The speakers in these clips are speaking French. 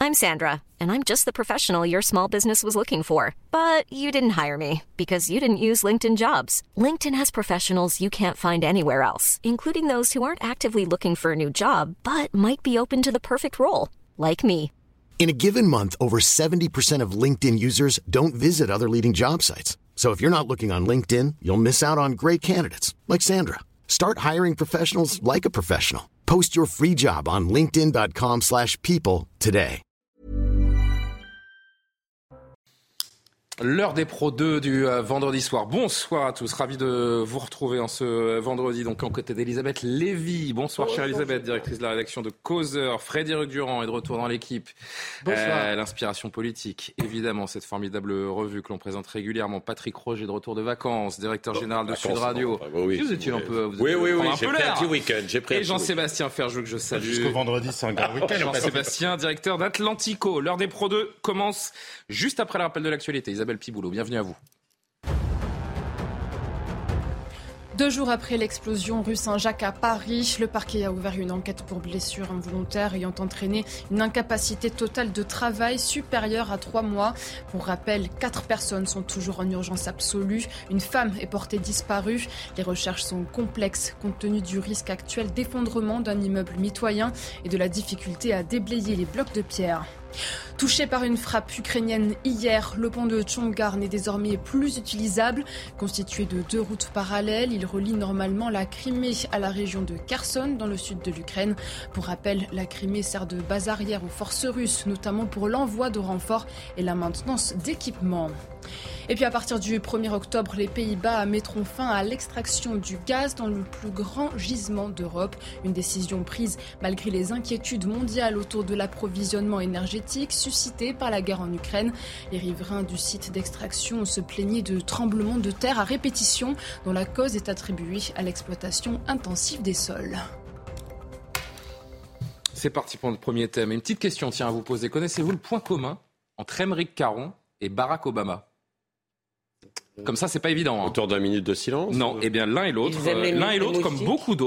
I'm Sandra, and I'm just the professional your small business was looking for. But you didn't hire me because you didn't use LinkedIn Jobs. LinkedIn has professionals you can't find anywhere else, including those who aren't actively looking for a new job, but might be open to the perfect role, like me. In a given month, over 70% of LinkedIn users don't visit other leading job sites. So if you're not looking on LinkedIn, you'll miss out on great candidates like Sandra. Start hiring professionals like a professional. Post your free job on linkedin.com/people today. L'heure des Pro 2 du vendredi soir. Bonsoir à tous, ravi de vous retrouver en ce vendredi, donc en côté d'Elisabeth Lévy. Bonsoir chère Elisabeth, directrice de la rédaction de Causeur. Frédéric Durand est de retour dans l'équipe. Bonsoir. L'inspiration politique, évidemment, cette formidable revue que l'on présente régulièrement. Patrick Roger de retour de vacances, directeur général de Sud Radio. Oui, vous étiez un peu... Oui, j'ai pris un petit week-end. Et Jean-Sébastien Ferjou, que je salue. Jusqu'au vendredi, c'est un grand week-end. Jean-Sébastien, directeur d'Atlantico. L'heure des Pro 2 commence juste après le rappel de l'actualité. Isabelle Piboulot, bienvenue à vous. 2 jours après l'explosion rue Saint-Jacques à Paris, le parquet a ouvert une enquête pour blessure involontaire ayant entraîné une incapacité totale de travail supérieure à 3 mois. Pour rappel, 4 personnes sont toujours en urgence absolue. Une femme est portée disparue. Les recherches sont complexes compte tenu du risque actuel d'effondrement d'un immeuble mitoyen et de la difficulté à déblayer les blocs de pierre. Touché par une frappe ukrainienne hier, le pont de Tchongar n'est désormais plus utilisable. Constitué de 2 routes parallèles, il relie normalement la Crimée à la région de Kherson, dans le sud de l'Ukraine. Pour rappel, la Crimée sert de base arrière aux forces russes, notamment pour l'envoi de renforts et la maintenance d'équipements. Et puis à partir du 1er octobre, les Pays-Bas mettront fin à l'extraction du gaz dans le plus grand gisement d'Europe. Une décision prise malgré les inquiétudes mondiales autour de l'approvisionnement énergétique suscité par la guerre en Ukraine. Les riverains du site d'extraction se plaignaient de tremblements de terre à répétition dont la cause est attribuée à l'exploitation intensive des sols. C'est parti pour notre premier thème. Une petite question à vous poser. Connaissez-vous le point commun entre Émeric Caron et Barack Obama ? Comme ça, c'est pas évident. Autour d'un minute de silence. Non, eh bien l'un et l'autre, comme beaucoup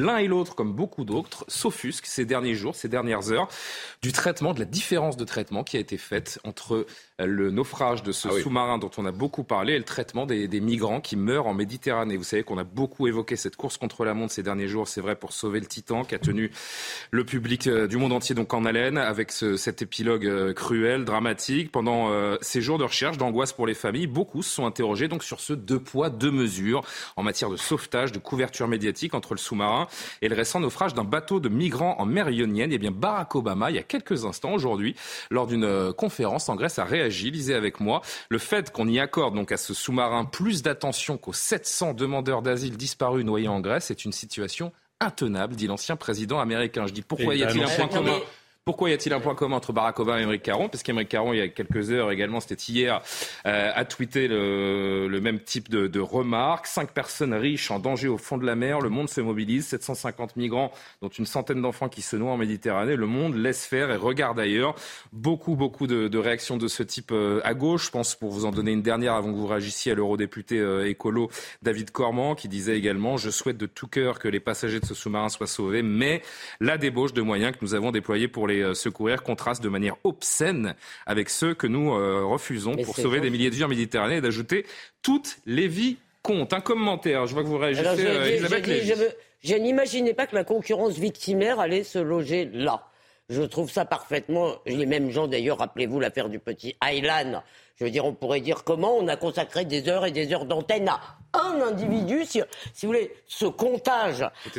d'autres, s'offusquent ces derniers jours, ces dernières heures, du traitement, de la différence de traitement qui a été faite entre le naufrage de ce sous-marin dont on a beaucoup parlé et le traitement des migrants qui meurent en Méditerranée. Vous savez qu'on a beaucoup évoqué cette course contre la montre ces derniers jours, c'est vrai, pour sauver le Titan, qui a tenu le public du monde entier donc en haleine, avec cet épilogue cruel, dramatique. Pendant ces jours de recherche, d'angoisse pour les familles, beaucoup se sont interrogés donc sur ce 2 poids 2 mesures en matière de sauvetage, de couverture médiatique entre le sous-marin et le récent naufrage d'un bateau de migrants en mer Ionienne. Eh bien, Barack Obama, il y a quelques instants aujourd'hui, lors d'une conférence en Grèce, a réagi. Lisez avec moi. Le fait qu'on y accorde donc à ce sous-marin plus d'attention qu'aux 700 demandeurs d'asile disparus noyés en Grèce est une situation intenable, dit l'ancien président américain. Je dis pourquoi y a-t-il un point commun ? Pourquoi y a-t-il un point commun entre Barack Obama et Émeric Caron ? Parce qu'Émeric Caron, il y a quelques heures également, c'était hier, a tweeté le même type de remarques. 5 personnes riches en danger au fond de la mer. Le monde se mobilise. 750 migrants, dont une centaine d'enfants qui se noient en Méditerranée. Le monde laisse faire et regarde ailleurs. Beaucoup de réactions de ce type à gauche. Je pense, pour vous en donner une dernière avant que vous réagissiez, à l'eurodéputé écolo David Corman, qui disait également « Je souhaite de tout cœur que les passagers de ce sous-marin soient sauvés, mais la débauche de moyens que nous avons déployés pour les secourir contraste de manière obscène avec ceux que nous refusons pour sauver des milliers de vies en Méditerranée » et d'ajouter « Toutes les vies comptent ». Un commentaire, je vois que vous réagissez, Elisabeth Lévy. Je n'imaginais pas que la concurrence victimaire allait se loger là. Je trouve ça parfaitement... Les mêmes gens, d'ailleurs, rappelez-vous l'affaire du petit Aylan. Je veux dire, on pourrait dire comment on a consacré des heures et des heures d'antenne à un individu. Si vous voulez, ce comptage,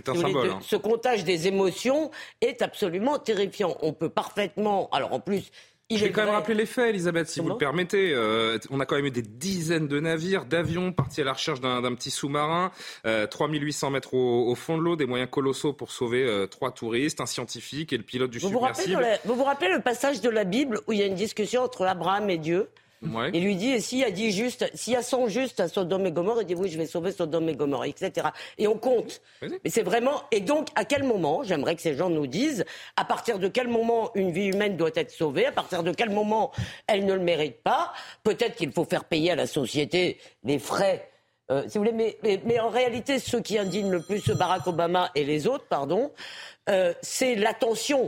ce comptage des émotions est absolument terrifiant. On peut parfaiement... Alors en plus... Je vais quand même rappeler les faits, Elisabeth, si vous le permettez. On a quand même eu des dizaines de navires, d'avions partis à la recherche d'un petit sous-marin, 3800 mètres au fond de l'eau, des moyens colossaux pour sauver 3 touristes, un scientifique et le pilote du submersible. Vous vous rappelez le passage de la Bible où il y a une discussion entre Abraham et Dieu ? Ouais. Il lui dit, et s'il y a 100 justes à Sodome et Gomorrhe, il dit oui, je vais sauver Sodome et Gomorrhe, etc. Et on compte. Vas-y. Mais c'est vraiment... Et donc, à quel moment, j'aimerais que ces gens nous disent, à partir de quel moment une vie humaine doit être sauvée, à partir de quel moment elle ne le mérite pas. Peut-être qu'il faut faire payer à la société les frais, si vous voulez, mais en réalité, ceux qui indignent le plus Barack Obama et les autres, c'est l'attention.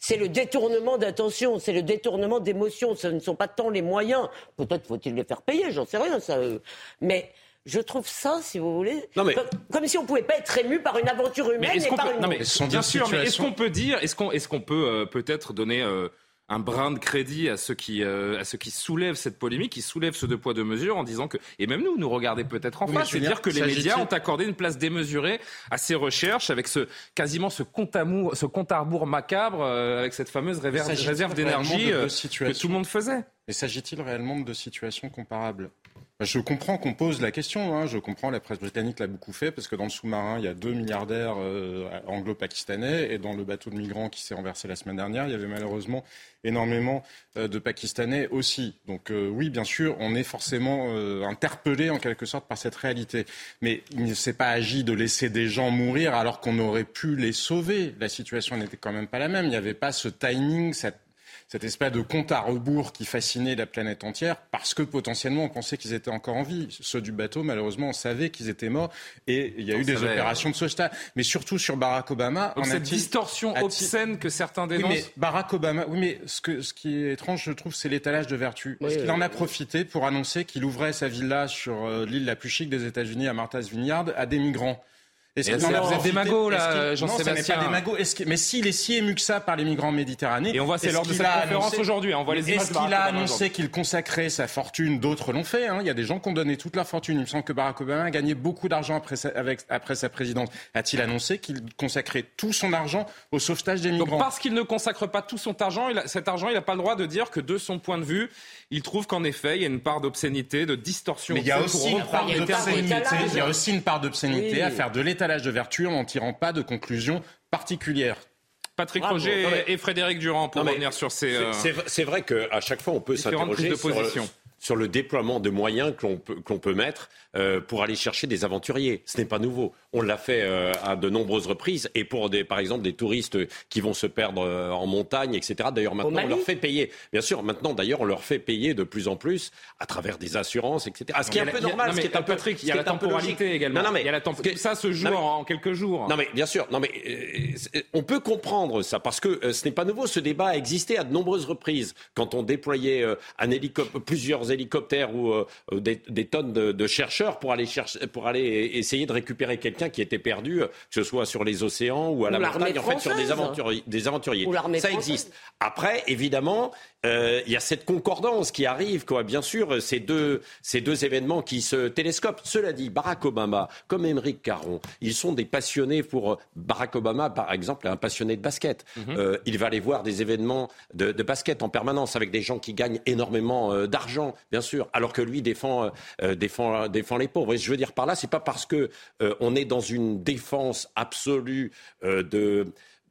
c'est le détournement d'attention, c'est le détournement d'émotion. Ce ne sont pas tant les moyens. Peut-être faut-il les faire payer, j'en sais rien, ça. Mais je trouve ça, si vous voulez, comme si on ne pouvait pas être ému par une aventure humaine et par une... Non, mais bien sûr, mais est-ce qu'on peut dire, est-ce qu'on peut peut-être donner un brin de crédit à ceux qui soulèvent cette polémique, qui soulèvent ce deux poids deux mesures, en disant que, et même nous regarder peut-être en face, c'est-à-dire que les médias ont accordé une place démesurée à ces recherches, avec quasiment ce compte à rebours macabre, avec cette fameuse réserve d'énergie que tout le monde faisait. Et s'agit-il réellement de situations comparables ? Je comprends qu'on pose la question, je comprends, la presse britannique l'a beaucoup fait, parce que dans le sous-marin, il y a 2 milliardaires anglo-pakistanais, et dans le bateau de migrants qui s'est renversé la semaine dernière, il y avait malheureusement énormément de Pakistanais aussi. Donc oui, bien sûr, on est forcément interpellé en quelque sorte par cette réalité. Mais il ne s'est pas agi de laisser des gens mourir alors qu'on aurait pu les sauver. La situation n'était quand même pas la même. Il n'y avait pas ce timing, cette espèce de compte à rebours qui fascinait la planète entière, parce que potentiellement on pensait qu'ils étaient encore en vie. Ceux du bateau, malheureusement, on savait qu'ils étaient morts, et il y a eu des opérations de sauvetage. Mais surtout sur Barack Obama... Donc cette distorsion obscène que certains dénoncent... Oui, mais Barack Obama... Oui, mais ce qui est étrange, je trouve, c'est l'étalage de vertu. Est-ce qu'il en a profité pour annoncer qu'il ouvrait sa villa sur l'île la plus chic des États-Unis, à Martha's Vineyard, à des migrants ? Vous êtes des magots, là, Jean-Sébastien. Non, ce n'est pas des magots. Mais s'il est si ému que ça par les migrants méditerranéens... Et on voit, c'est lors de cette conférence aujourd'hui, on voit les images. Est-ce qu'il a annoncé qu'il consacrait sa fortune ? D'autres l'ont fait. Il y a des gens qui ont donné toute leur fortune. Il me semble que Barack Obama a gagné beaucoup d'argent après sa présidence. A-t-il annoncé qu'il consacrait tout son argent au sauvetage des migrants ? Donc parce qu'il ne consacre pas tout son argent, cet argent, il n'a pas le droit de dire que de son point de vue, il trouve qu'en effet, il y a une part d'obscénité, de distorsion. Mais il y a aussi une part d'obscénité à faire de l'étalage de vertu en tirant pas de conclusions particulières. Patrick Roger et Frédéric Durand pour revenir sur ces... C'est vrai qu'à chaque fois, on peut s'interroger sur le déploiement de moyens qu'on peut mettre pour aller chercher des aventuriers. Ce n'est pas nouveau. On l'a fait à de nombreuses reprises. Et pour, par exemple, des touristes qui vont se perdre en montagne, etc. D'ailleurs, maintenant, on leur fait payer. Bien sûr, maintenant, d'ailleurs, on leur fait payer de plus en plus à travers des assurances, etc. Ce qui est un peu normal. Patrick, il y a la temporalité également. Ça se joue en quelques jours. Non, mais bien sûr. Non, mais on peut comprendre ça parce que ce n'est pas nouveau. Ce débat a existé à de nombreuses reprises. Quand on déployait plusieurs hélicoptères ou des tonnes de chercheurs pour aller essayer de récupérer quelqu'un qui était perdu, que ce soit sur les océans ou à la montagne, en fait, sur des aventuriers. Ça existe. Après, évidemment, il y a cette concordance qui arrive, quoi. Bien sûr, ces deux événements qui se télescopent. Cela dit, Barack Obama, comme Émeric Caron, ils sont des passionnés. Pour Barack Obama, par exemple, un passionné de basket. Il va aller voir des événements de basket en permanence avec des gens qui gagnent énormément d'argent, bien sûr, alors que lui défend les pauvres. Et je veux dire par là, c'est pas parce que on est dans une défense absolue de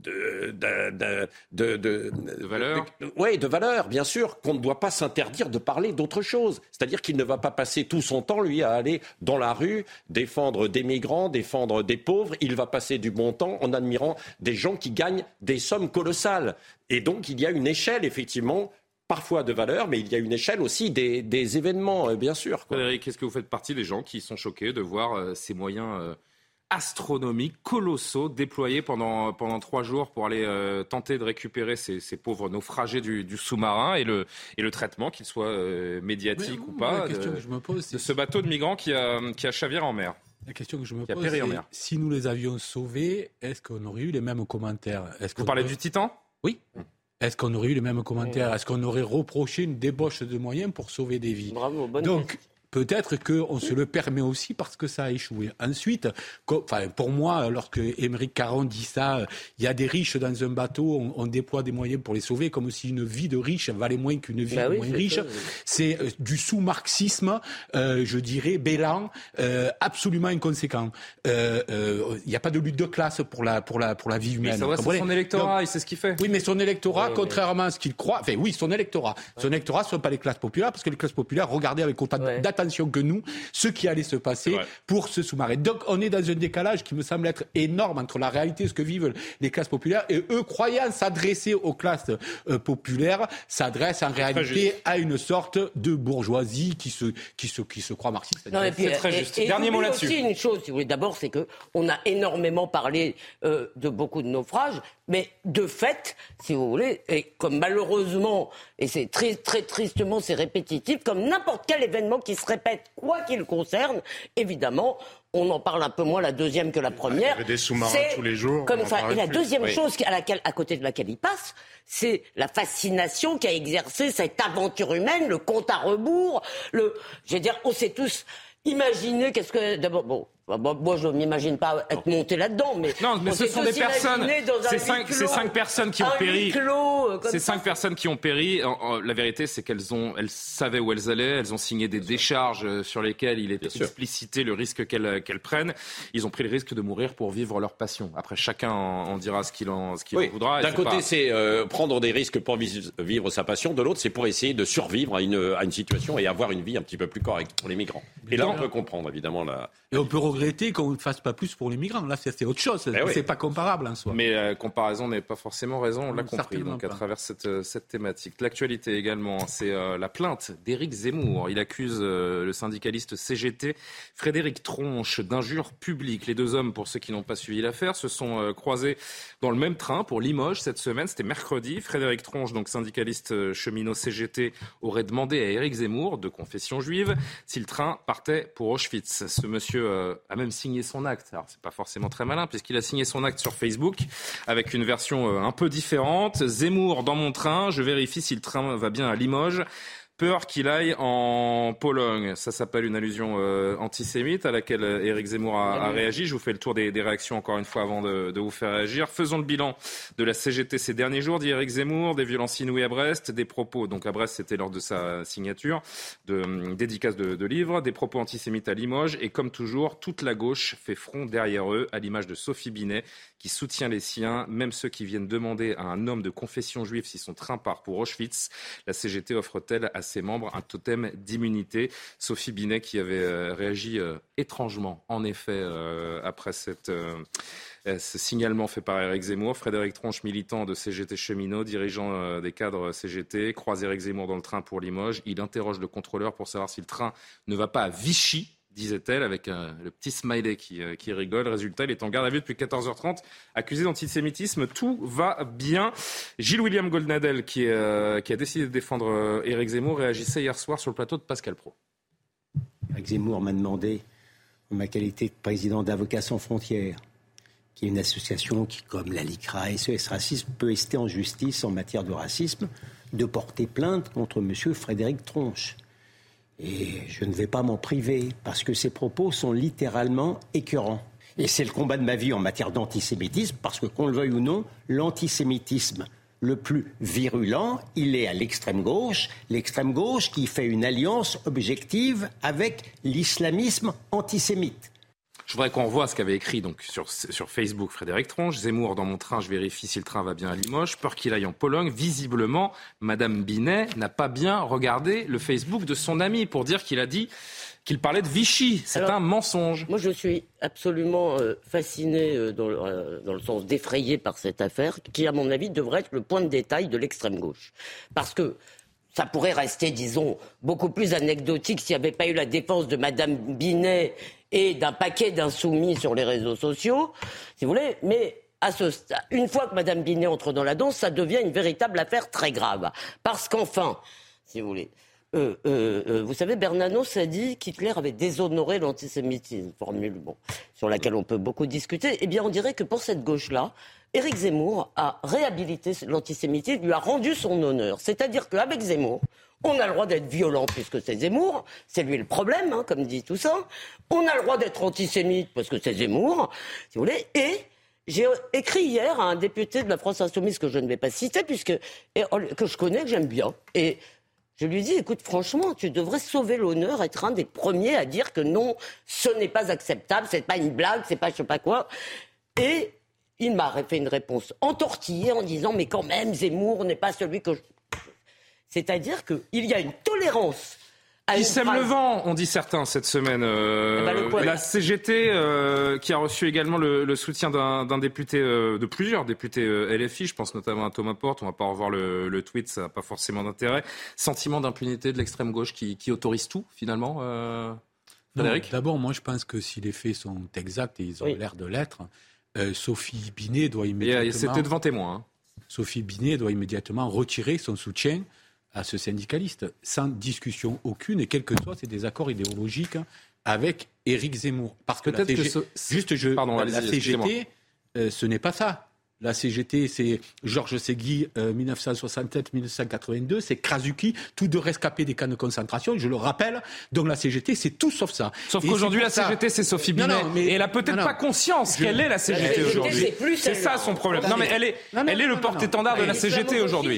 valeurs. Oui, de valeurs, bien sûr, qu'on ne doit pas s'interdire de parler d'autre chose. C'est-à-dire qu'il ne va pas passer tout son temps, lui, à aller dans la rue, défendre des migrants, défendre des pauvres. Il va passer du bon temps en admirant des gens qui gagnent des sommes colossales. Et donc, il y a une échelle, effectivement, parfois de valeur, mais il y a une échelle aussi des événements, bien sûr. Frédéric, est-ce que vous faites partie des gens qui sont choqués de voir ces moyens astronomiques, colossaux, déployés pendant 3 jours pour aller tenter de récupérer ces pauvres naufragés du sous-marin et le traitement, qu'il soit médiatique ou pas, de ce bateau de migrants qui a chaviré en mer? La question que je me pose, c'est si nous les avions sauvés, est-ce qu'on aurait eu les mêmes commentaires? Vous parlez du Titan? Oui. Est-ce qu'on aurait eu les mêmes commentaires? Est-ce qu'on aurait reproché une débauche de moyens pour sauver des vies? Bravo, bonne question. Peut-être qu'on se le permet aussi parce que ça a échoué. Ensuite, pour moi, lorsque Émeric Caron dit ça, il y a des riches dans un bateau, on déploie des moyens pour les sauver, comme si une vie de riche valait moins qu'une vie de moins riche. C'est du sous-marxisme, je dirais, bélant, absolument inconséquent. Il n'y a pas de lutte de classe pour la vie humaine. Mais ça c'est son électorat, il sait ce qu'il fait. Oui, mais son électorat, contrairement à ce qu'il croit, son électorat, ce ne sont pas les classes populaires, parce que les classes populaires regardaient avec autant d'attention compréhension que nous ce qui allait se passer pour ce sous-marin. Donc on est dans un décalage qui me semble être énorme entre la réalité, ce que vivent les classes populaires, et eux, croyant s'adresser aux classes populaires, s'adressent en réalité à une sorte de bourgeoisie qui se croit marxiste. Non, c'est très juste. Dernier mot là-dessus. Aussi une chose, si vous voulez, d'abord, c'est qu'on a énormément parlé de beaucoup de naufrages, mais de fait, si vous voulez, et comme malheureusement, et c'est très, très tristement, c'est répétitif, comme n'importe quel événement qui se répète, quoi qu'il concerne, évidemment, on en parle un peu moins la deuxième que la première. Il y avait des sous-marins tous les jours. Comme ça. Et la deuxième chose à côté de laquelle il passe, c'est la fascination qu'a exercée cette aventure humaine, le compte à rebours. Je veux dire, on s'est tous imaginé qu'est-ce que... D'abord, moi, je ne m'imagine pas être monté là-dedans, mais... Non, mais ce sont des personnes... Ces cinq personnes qui ont péri... Ces 5 personnes qui ont péri, la vérité, c'est elles savaient où elles allaient, elles ont signé des décharges sur lesquelles il était explicité le risque qu'elles prennent. Ils ont pris le risque de mourir pour vivre leur passion. Après, chacun en dira ce qu'il en voudra. D'un côté, c'est prendre des risques pour vivre sa passion. De l'autre, c'est pour essayer de survivre à une situation et avoir une vie un petit peu plus correcte pour les migrants. Et là, on peut comprendre, évidemment, Et on peut regretter qu'on ne fasse pas plus pour les migrants. Là, c'est autre chose. C'est pas comparable en soi. Mais la comparaison n'est pas forcément raison, on l'a compris. Donc, à travers cette thématique. L'actualité également, c'est la plainte d'Éric Zemmour. Il accuse le syndicaliste CGT, Frédéric Tronche, d'injures publiques. Les deux hommes, pour ceux qui n'ont pas suivi l'affaire, se sont croisés dans le même train pour Limoges cette semaine. C'était mercredi. Frédéric Tronche, donc syndicaliste cheminot CGT, aurait demandé à Éric Zemmour, de confession juive, si le train partait pour Auschwitz. Ce monsieur a même signé son acte. Alors, c'est pas forcément très malin, puisqu'il a signé son acte sur Facebook avec une version un peu différente. Zemmour dans mon train, je vérifie si le train va bien à Limoges. Peur qu'il aille en Pologne. Ça s'appelle une allusion antisémite à laquelle Éric Zemmour a réagi. Je vous fais le tour des réactions encore une fois avant de vous faire réagir. Faisons le bilan de la CGT ces derniers jours, dit Éric Zemmour. Des violences inouïes à Brest, des propos, donc à Brest c'était lors de sa signature, de dédicace de livres, des propos antisémites à Limoges. Et comme toujours, toute la gauche fait front derrière eux, à l'image de Sophie Binet, qui soutient les siens, même ceux qui viennent demander à un homme de confession juive si son train part pour Auschwitz. La CGT offre-t-elle à ses membres un totem d'immunité? Sophie Binet qui avait réagi étrangement, en effet, après ce signalement fait par Éric Zemmour. Frédéric Tronche, militant de CGT cheminot, dirigeant des cadres CGT, croise Éric Zemmour dans le train pour Limoges. Il interroge le contrôleur pour savoir si le train ne va pas à Vichy, disait-elle, avec le petit smiley qui rigole. Résultat, il est en garde à vue depuis 14h30, accusé d'antisémitisme. Tout va bien. Gilles-William Goldnadel, qui a décidé de défendre Éric Zemmour, réagissait hier soir sur le plateau de Pascal Praud. Éric Zemmour m'a demandé, en ma qualité de président d'Avocats sans frontières, qui est une association qui, comme la LICRA et SOS Racisme, peut rester en justice en matière de racisme, de porter plainte contre M. Frédéric Tronche. Et je ne vais pas m'en priver, parce que ces propos sont littéralement écœurants. Et c'est le combat de ma vie en matière d'antisémitisme, parce que, qu'on le veuille ou non, l'antisémitisme le plus virulent, il est à l'extrême gauche qui fait une alliance objective avec l'islamisme antisémite. Je voudrais qu'on revoie ce qu'avait écrit donc sur Facebook Frédéric Tronche. Zemmour dans mon train, je vérifie si le train va bien à Limoges. Peur qu'il aille en Pologne. Visiblement, Madame Binet n'a pas bien regardé le Facebook de son ami pour dire qu'il a dit qu'il parlait de Vichy. C'est un mensonge. Moi, je suis absolument fasciné dans le sens défrayé par cette affaire, qui, à mon avis, devrait être le point de détail de l'extrême gauche. Parce que ça pourrait rester, disons, beaucoup plus anecdotique s'il n'y avait pas eu la défense de Madame Binet et d'un paquet d'insoumis sur les réseaux sociaux, si vous voulez. Mais une fois que Madame Binet entre dans la danse, ça devient une véritable affaire très grave. Parce qu'enfin, si vous voulez, vous savez, Bernanos a dit qu'Hitler avait déshonoré l'antisémitisme, formule sur laquelle on peut beaucoup discuter. Eh bien, on dirait que pour cette gauche-là, Éric Zemmour a réhabilité l'antisémitisme, lui a rendu son honneur. C'est-à-dire qu'avec Zemmour, on a le droit d'être violent puisque c'est Zemmour, c'est lui le problème, comme dit tout ça. On a le droit d'être antisémite parce que c'est Zemmour, si vous voulez. Et j'ai écrit hier à un député de la France Insoumise que je ne vais pas citer, que je connais, que j'aime bien. Et je lui dis, écoute, franchement, tu devrais sauver l'honneur, être un des premiers à dire que non, ce n'est pas acceptable, c'est pas une blague, c'est pas je sais pas quoi. Et il m'a fait une réponse entortillée en disant, mais quand même, Zemmour n'est pas celui que je... C'est-à-dire qu'il y a une tolérance Qui sème le vent, on dit certains cette semaine. La CGT qui a reçu également le soutien d'un député, de plusieurs députés LFI, je pense notamment à Thomas Porte, on va pas revoir le tweet, ça n'a pas forcément d'intérêt. Sentiment d'impunité de l'extrême gauche qui autorise tout finalement, Frédéric ? D'abord, moi je pense que si les faits sont exacts et ils ont l'air de l'être, Sophie Binet doit immédiatement... C'était devant témoin. Hein. Sophie Binet doit immédiatement retirer son soutien à ce syndicaliste, sans discussion aucune, et quels que soient ses désaccords idéologiques avec Éric Zemmour. Parce que la CGT, ce n'est pas ça. La CGT, c'est Georges Segui, 1967-1982, c'est Krasuki, tous deux rescapés des camps de concentration, je le rappelle. Donc la CGT, c'est tout sauf ça. Sauf qu'aujourd'hui, la CGT, c'est Sophie Binet. Et elle n'a peut-être pas conscience qu'elle est la CGT aujourd'hui. C'est ça son problème. Non, mais elle est le porte-étendard de la CGT aujourd'hui.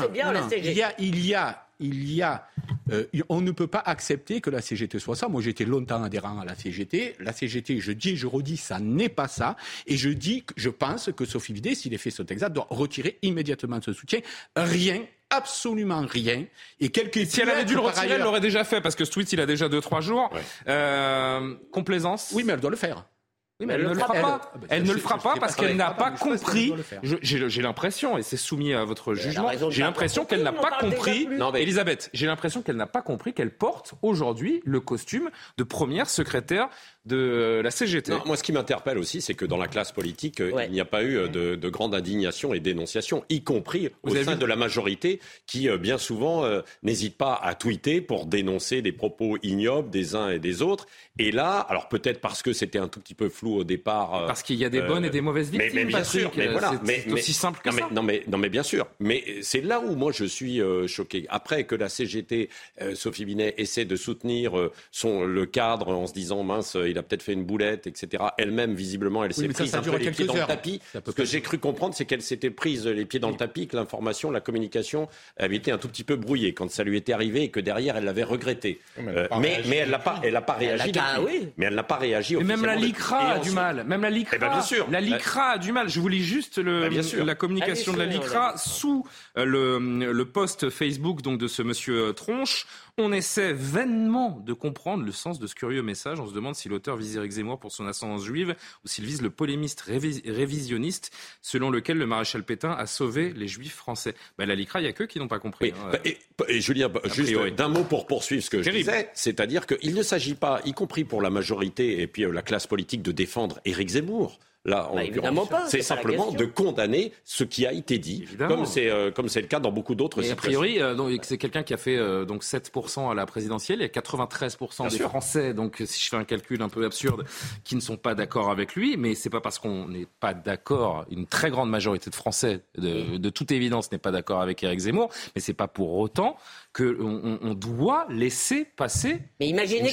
On ne peut pas accepter que la CGT soit ça. Moi, j'étais longtemps adhérent à la CGT. La CGT, je dis et je redis, ça n'est pas ça. Et je pense que Sophie Binet, si les faits sont exacts, doit retirer immédiatement ce soutien. Rien, absolument rien. Et si elle avait dû le retirer, elle l'aurait déjà fait, parce que ce tweet, il a déjà 2-3 jours. Complaisance. Oui, mais elle doit le faire. Oui, mais elle ne le fera pas. Elle ne le fera pas parce qu'elle n'a pas compris. J'ai l'impression, et c'est soumis à votre jugement, j'ai l'impression qu'elle n'a pas compris. Elisabeth, j'ai l'impression qu'elle n'a pas compris qu'elle porte aujourd'hui le costume de première secrétaire de la CGT. Non, moi, ce qui m'interpelle aussi, c'est que dans la classe politique, il n'y a pas eu de grande indignation et dénonciation, y compris au sein de la majorité, qui bien souvent n'hésite pas à tweeter pour dénoncer des propos ignobles des uns et des autres. Et là, alors peut-être parce que c'était un tout petit peu flou au départ. Parce qu'il y a des bonnes et des mauvaises victimes. Mais bien sûr, c'est aussi simple que ça. Non, mais bien sûr. Mais c'est là où moi je suis choqué. Après que la CGT, Sophie Binet, essaie de soutenir le cadre en se disant mince, il a peut-être fait une boulette, etc. Elle-même, visiblement, elle s'est prise un peu les pieds dans le tapis. Ce que j'ai cru comprendre, c'est qu'elle s'était prise les pieds dans le tapis, que l'information, la communication avait été un tout petit peu brouillée quand ça lui était arrivé et que derrière, elle l'avait regretté. Mais elle n'a pas réagi. Mais elle n'a pas réagi. Et même la LICRA a du mal. Même la LICRA, bien sûr. La LICRA a du mal. Je vous lis juste la communication de la LICRA sous le post Facebook donc de ce monsieur Tronche. On essaie vainement de comprendre le sens de ce curieux message. On se demande si l'auteur vise Éric Zemmour pour son ascendance juive ou s'il vise le polémiste révisionniste selon lequel le maréchal Pétain a sauvé les juifs français. La LICRA, il n'y a qu'eux qui n'ont pas compris. Et Julien, juste d'un mot pour poursuivre ce que je disais, c'est-à-dire qu'il ne s'agit pas, y compris pour la majorité et puis la classe politique, de défendre Éric Zemmour. Là, en l'occurrence, c'est simplement de condamner ce qui a été dit, comme c'est le cas dans beaucoup d'autres situations. Et a priori, c'est quelqu'un qui a fait 7% à la présidentielle, il y a 93% des Français, donc si je fais un calcul un peu absurde, qui ne sont pas d'accord avec lui, mais c'est pas parce qu'on n'est pas d'accord, une très grande majorité de Français, de toute évidence, n'est pas d'accord avec Éric Zemmour, mais c'est pas pour autant qu'on doit laisser passer. Mais imaginez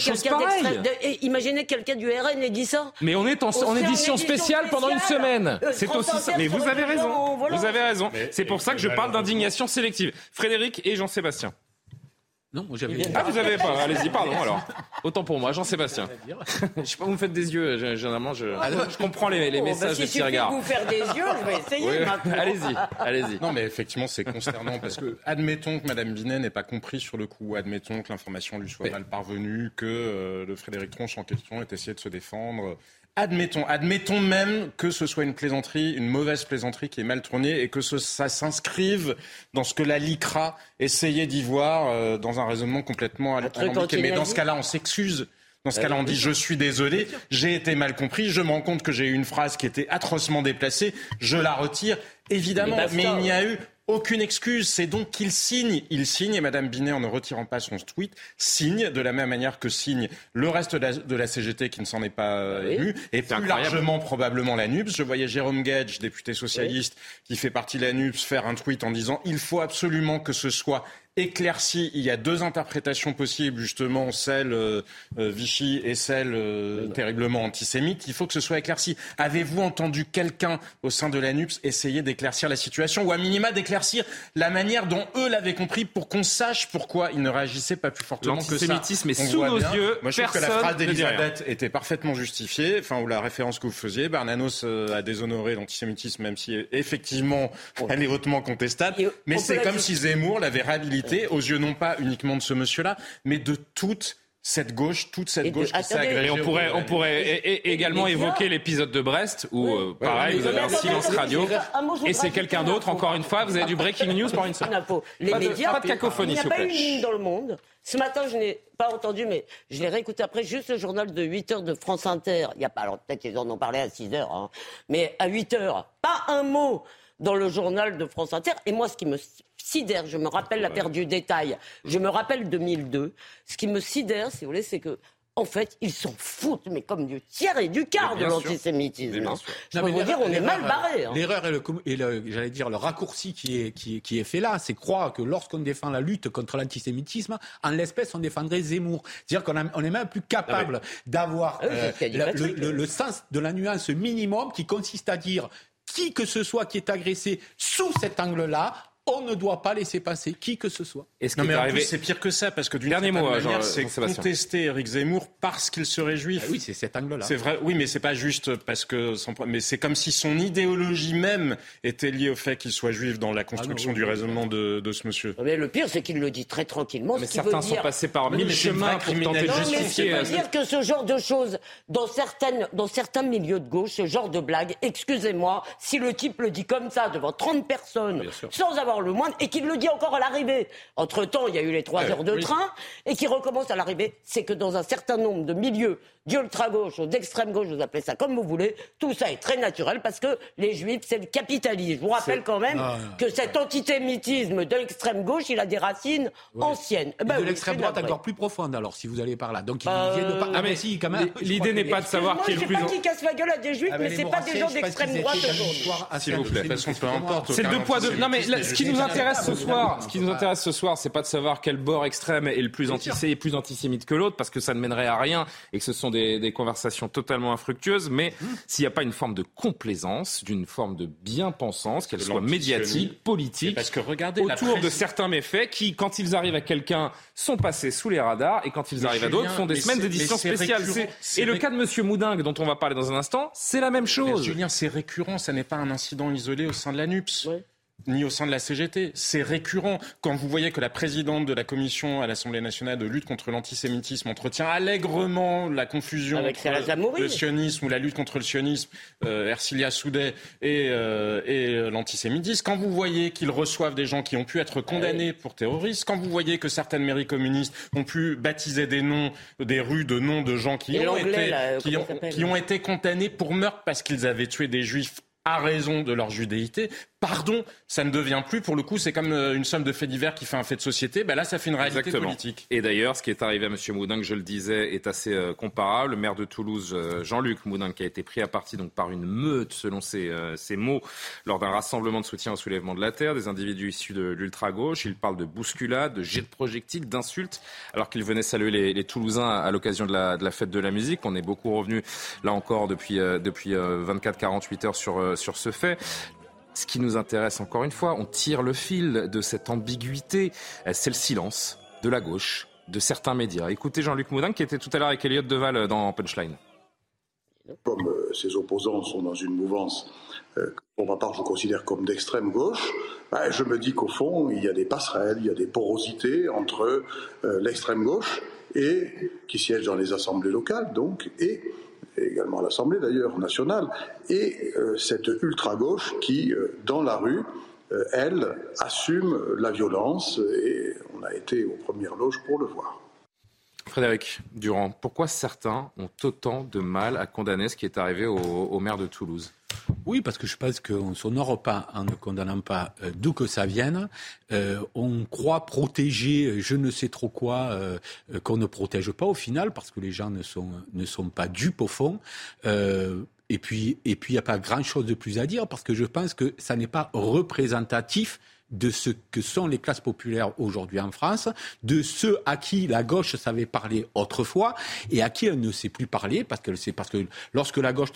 quelqu'un du RN ait dit ça. Mais on est en édition spéciale pendant une semaine. C'est aussi ça. Mais vous avez raison. Voilà. Vous avez raison. C'est pour ça que je parle d'indignation sélective. Frédéric et Jean-Sébastien. Non, j'avais. Ah, vous avez pas. Allez-y, pardon alors. Autant pour moi, Jean-Sébastien. Je sais pas, vous me faites des yeux. Généralement, je comprends les messages des petits regards. Si vous faire des yeux, je vais essayer maintenant. Allez-y. Non, mais effectivement, c'est consternant parce que, admettons que Mme Binet n'ait pas compris sur le coup, admettons que l'information lui soit mal parvenue, que le Frédéric Tronche en question ait essayé de se défendre. Admettons même que ce soit une plaisanterie, une mauvaise plaisanterie qui est mal tournée et que ça s'inscrive dans ce que la LICRA essayait d'y voir dans un raisonnement complètement alambiqué. Mais dans ce cas-là, on s'excuse. Dans ce cas-là, on dit « je suis désolé, j'ai été mal compris, je me rends compte que j'ai eu une phrase qui était atrocement déplacée, je la retire ». Évidemment, mais il n'y a eu aucune excuse, c'est donc qu'il signe. Il signe et Mme Binet, en ne retirant pas son tweet, signe de la même manière que signe le reste de la CGT qui ne s'en est pas ému, et plus largement probablement la NUPS. Je voyais Jérôme Guedj, député socialiste, qui fait partie de la NUPS, faire un tweet en disant « il faut absolument que ce soit éclairci ». Il y a deux interprétations possibles, justement, celle Vichy et celle terriblement antisémite. Il faut que ce soit éclairci. Avez-vous entendu quelqu'un au sein de la NUPS essayer d'éclaircir la situation, ou à minima d'éclaircir la manière dont eux l'avaient compris, pour qu'on sache pourquoi ils ne réagissaient pas plus fortement que ça? L'antisémitisme est sous nos yeux. Moi, je trouve que la phrase d'Elisabeth était parfaitement justifiée, ou la référence que vous faisiez. Bernanos a déshonoré l'antisémitisme, même si effectivement elle est hautement contestable. Mais c'est comme si Zemmour l'avait réhabilité réalité aux yeux non pas uniquement de ce monsieur-là, mais de toute cette gauche qui s'est agrégée. Et on pourrait également évoquer l'épisode de Brest où, pareil, vous avez un silence radio et c'est quelqu'un d'autre. Encore une fois, vous avez du breaking news par une seule. Les médias, pas de cacophonie, s'il vous plaît. Il n'y a pas une ligne dans le monde. Ce matin, je n'ai pas entendu, mais je l'ai réécouté après, juste le journal de 8h de France Inter. Il n'y a pas, alors peut-être qu'ils en ont parlé à 6h, hein, mais à 8h, pas un mot dans le journal de France Inter. Et moi, ce qui me sidère, je me rappelle l'affaire du détail, je me rappelle 2002, ce qui me sidère, si vous voulez, c'est que en fait, ils s'en foutent, mais comme du tiers et du quart de l'antisémitisme. Hein. Je peux vous dire, on est mal barré. Hein. L'erreur et le raccourci qui est fait là, c'est croire que lorsqu'on défend la lutte contre l'antisémitisme, en l'espèce, on défendrait Zemmour. C'est-à-dire qu'on est même plus capable d'avoir le sens de la nuance minimum qui consiste à dire qui que ce soit qui est agressé sous cet angle-là, on ne doit pas laisser passer qui que ce soit. Non, mais en plus, c'est pire que ça, parce que d'une certaine manière, c'est contester Éric Zemmour parce qu'il serait juif. Ah oui, c'est cet angle-là. C'est vrai, oui, mais c'est pas juste parce que... Mais c'est comme si son idéologie même était liée au fait qu'il soit juif dans la construction du raisonnement de ce monsieur. Mais le pire, c'est qu'il le dit très tranquillement. Mais certains sont passés par mille chemins pour tenter de justifier... Non, mais dire que ce genre de choses, dans certains milieux de gauche, ce genre de blague, excusez-moi, si le type le dit comme ça devant 30 personnes, sans avoir le moindre, et qu'il le dit encore à l'arrivée. Entre-temps, il y a eu les 3 heures de train, et qu'il recommence à l'arrivée. C'est que dans un certain nombre de milieux d'ultra-gauche ou d'extrême-gauche, vous appelez ça comme vous voulez, tout ça est très naturel parce que les juifs, c'est le capitalisme. Je vous rappelle quand même que cet antisémitisme de l'extrême-gauche, il a des racines anciennes. De l'extrême-droite encore plus profonde, alors, si vous allez par là. Donc, il vient de pas... Ah, mais si, quand même. L'idée n'est pas de savoir qui est le plus... Moi, je ne dis pas qui casse la gueule à des juifs, mais c'est pas des gens d'extrême-droite aujourd'hui. S'il vous plaît. De toute façon, peu importe. C'est le 2 poids 2. Non, mais ce qui nous intéresse ce soir, c'est pas de savoir quel bord extrême est le plus antisémite que l'autre, parce que ça ne mènerait à rien et que ce sont des conversations totalement infructueuses, mais s'il n'y a pas une forme de complaisance, d'une forme de bien-pensance, qu'elle soit médiatique, politique, parce que regardez, autour de certains méfaits qui, quand ils arrivent à quelqu'un, sont passés sous les radars et quand ils arrivent à d'autres, font des semaines d'édition spéciale. Et le cas de M. Moudingue, dont on va parler dans un instant, c'est la même chose. Mais Julien, c'est récurrent, ça n'est pas un incident isolé au sein de la NUPS. Ouais. Ni au sein de la CGT. C'est récurrent. Quand vous voyez que la présidente de la commission à l'Assemblée nationale de lutte contre l'antisémitisme entretient allègrement la confusion entre le sionisme ou la lutte contre le sionisme, Ercilia Soudet, et l'antisémitisme, quand vous voyez qu'ils reçoivent des gens qui ont pu être condamnés pour terrorisme, quand vous voyez que certaines mairies communistes ont pu baptiser des noms, des rues de noms de gens qui ont été condamnés pour meurtre parce qu'ils avaient tué des juifs à raison de leur judéité, pardon, ça ne devient plus, pour le coup, c'est comme une somme de faits divers qui fait un fait de société, ben là, ça fait une réalité politique. Et d'ailleurs, ce qui est arrivé à M. Moudingue, je le disais, est assez comparable. Le maire de Toulouse, Jean-Luc Moudingue, qui a été pris à partie donc, par une meute, selon ses mots, lors d'un rassemblement de soutien au soulèvement de la terre, des individus issus de l'ultra-gauche. Il parle de bousculade, de jet de projectiles, d'insultes, alors qu'il venait saluer les Toulousains à l'occasion de la fête de la musique. On est beaucoup revenu, là encore, depuis 24-48 heures sur ce fait. Ce qui nous intéresse, encore une fois, on tire le fil de cette ambiguïté, c'est le silence de la gauche, de certains médias. Écoutez Jean-Luc Moudingue qui était tout à l'heure avec Elliot Deval dans Punchline. Comme ses opposants sont dans une mouvance, pour ma part je considère comme d'extrême gauche, je me dis qu'au fond il y a des passerelles, il y a des porosités entre l'extrême gauche et qui siège dans les assemblées locales donc et également à l'Assemblée d'ailleurs nationale, et cette ultra-gauche qui, dans la rue, elle, assume la violence, et on a été aux premières loges pour le voir. Frédéric Durand, pourquoi certains ont autant de mal à condamner ce qui est arrivé au maire de Toulouse ? Oui, parce que je pense qu'on ne s'honore pas en ne condamnant pas d'où que ça vienne. On croit protéger je ne sais trop quoi qu'on ne protège pas au final, parce que les gens ne sont pas dupes au fond. Et puis, il n'y a pas grand-chose de plus à dire, parce que je pense que ça n'est pas représentatif de ce que sont les classes populaires aujourd'hui en France, de ceux à qui la gauche savait parler autrefois et à qui elle ne sait plus parler, parce que lorsque la gauche ne sait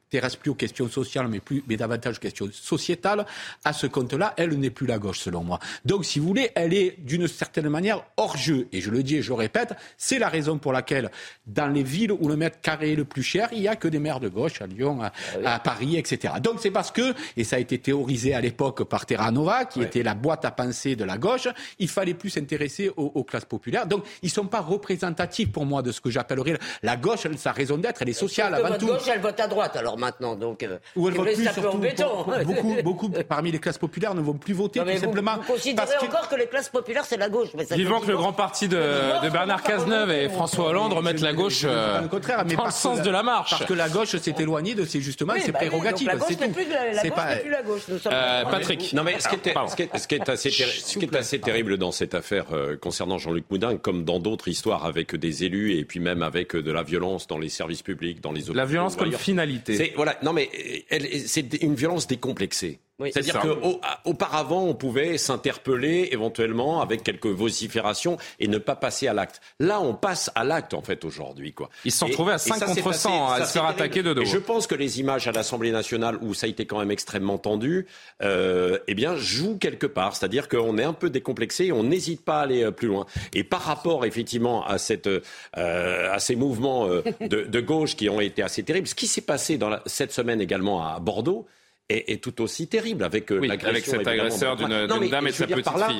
s'intéresse plus aux questions sociales, mais davantage aux questions sociétales, à ce compte-là, elle n'est plus la gauche, selon moi. Donc, si vous voulez, elle est d'une certaine manière hors jeu. Et je le dis et je le répète, c'est la raison pour laquelle, dans les villes où le mètre carré est le plus cher, il n'y a que des maires de gauche, à Lyon, à Paris, etc. Donc, c'est parce que, et ça a été théorisé à l'époque par Terra Nova, qui était la boîte à pensée de la gauche, il fallait plus s'intéresser aux classes populaires. Donc, ils ne sont pas représentatifs, pour moi, de ce que j'appellerais la gauche. Sa raison d'être, elle est sociale avant tout. La gauche, elle vote à droite, alors maintenant. Donc, où elle vote plus, surtout, beaucoup parmi les classes populaires ne vont plus voter, tout simplement. Vous considérez encore que les classes populaires, c'est la gauche. Vivant que le grand parti de Bernard Cazeneuve et François Hollande remettent la gauche dans le sens de la marche. Parce que la gauche s'est éloignée de ses prérogatives. La gauche n'est plus la gauche. Patrick. Non, mais ce qui est assez terrible dans cette affaire concernant Jean-Luc Moudin, comme dans d'autres histoires avec des élus et puis même avec de la violence dans les services publics, dans les hôpitaux. La violence comme finalité. C'est une violence décomplexée. Oui, c'est-à-dire qu'auparavant, on pouvait s'interpeller éventuellement avec quelques vociférations et ne pas passer à l'acte. Là, on passe à l'acte, en fait, aujourd'hui, quoi. Ils se sont retrouvés à 5 contre 100 à se faire attaquer de dos. Et je pense que les images à l'Assemblée nationale, où ça a été quand même extrêmement tendu, jouent quelque part. C'est-à-dire qu'on est un peu décomplexé et on n'hésite pas à aller plus loin. Et par rapport, effectivement, à ces mouvements de gauche qui ont été assez terribles, ce qui s'est passé cette semaine également à Bordeaux, est tout aussi terrible avec cet agresseur d'une dame et de sa petite fille.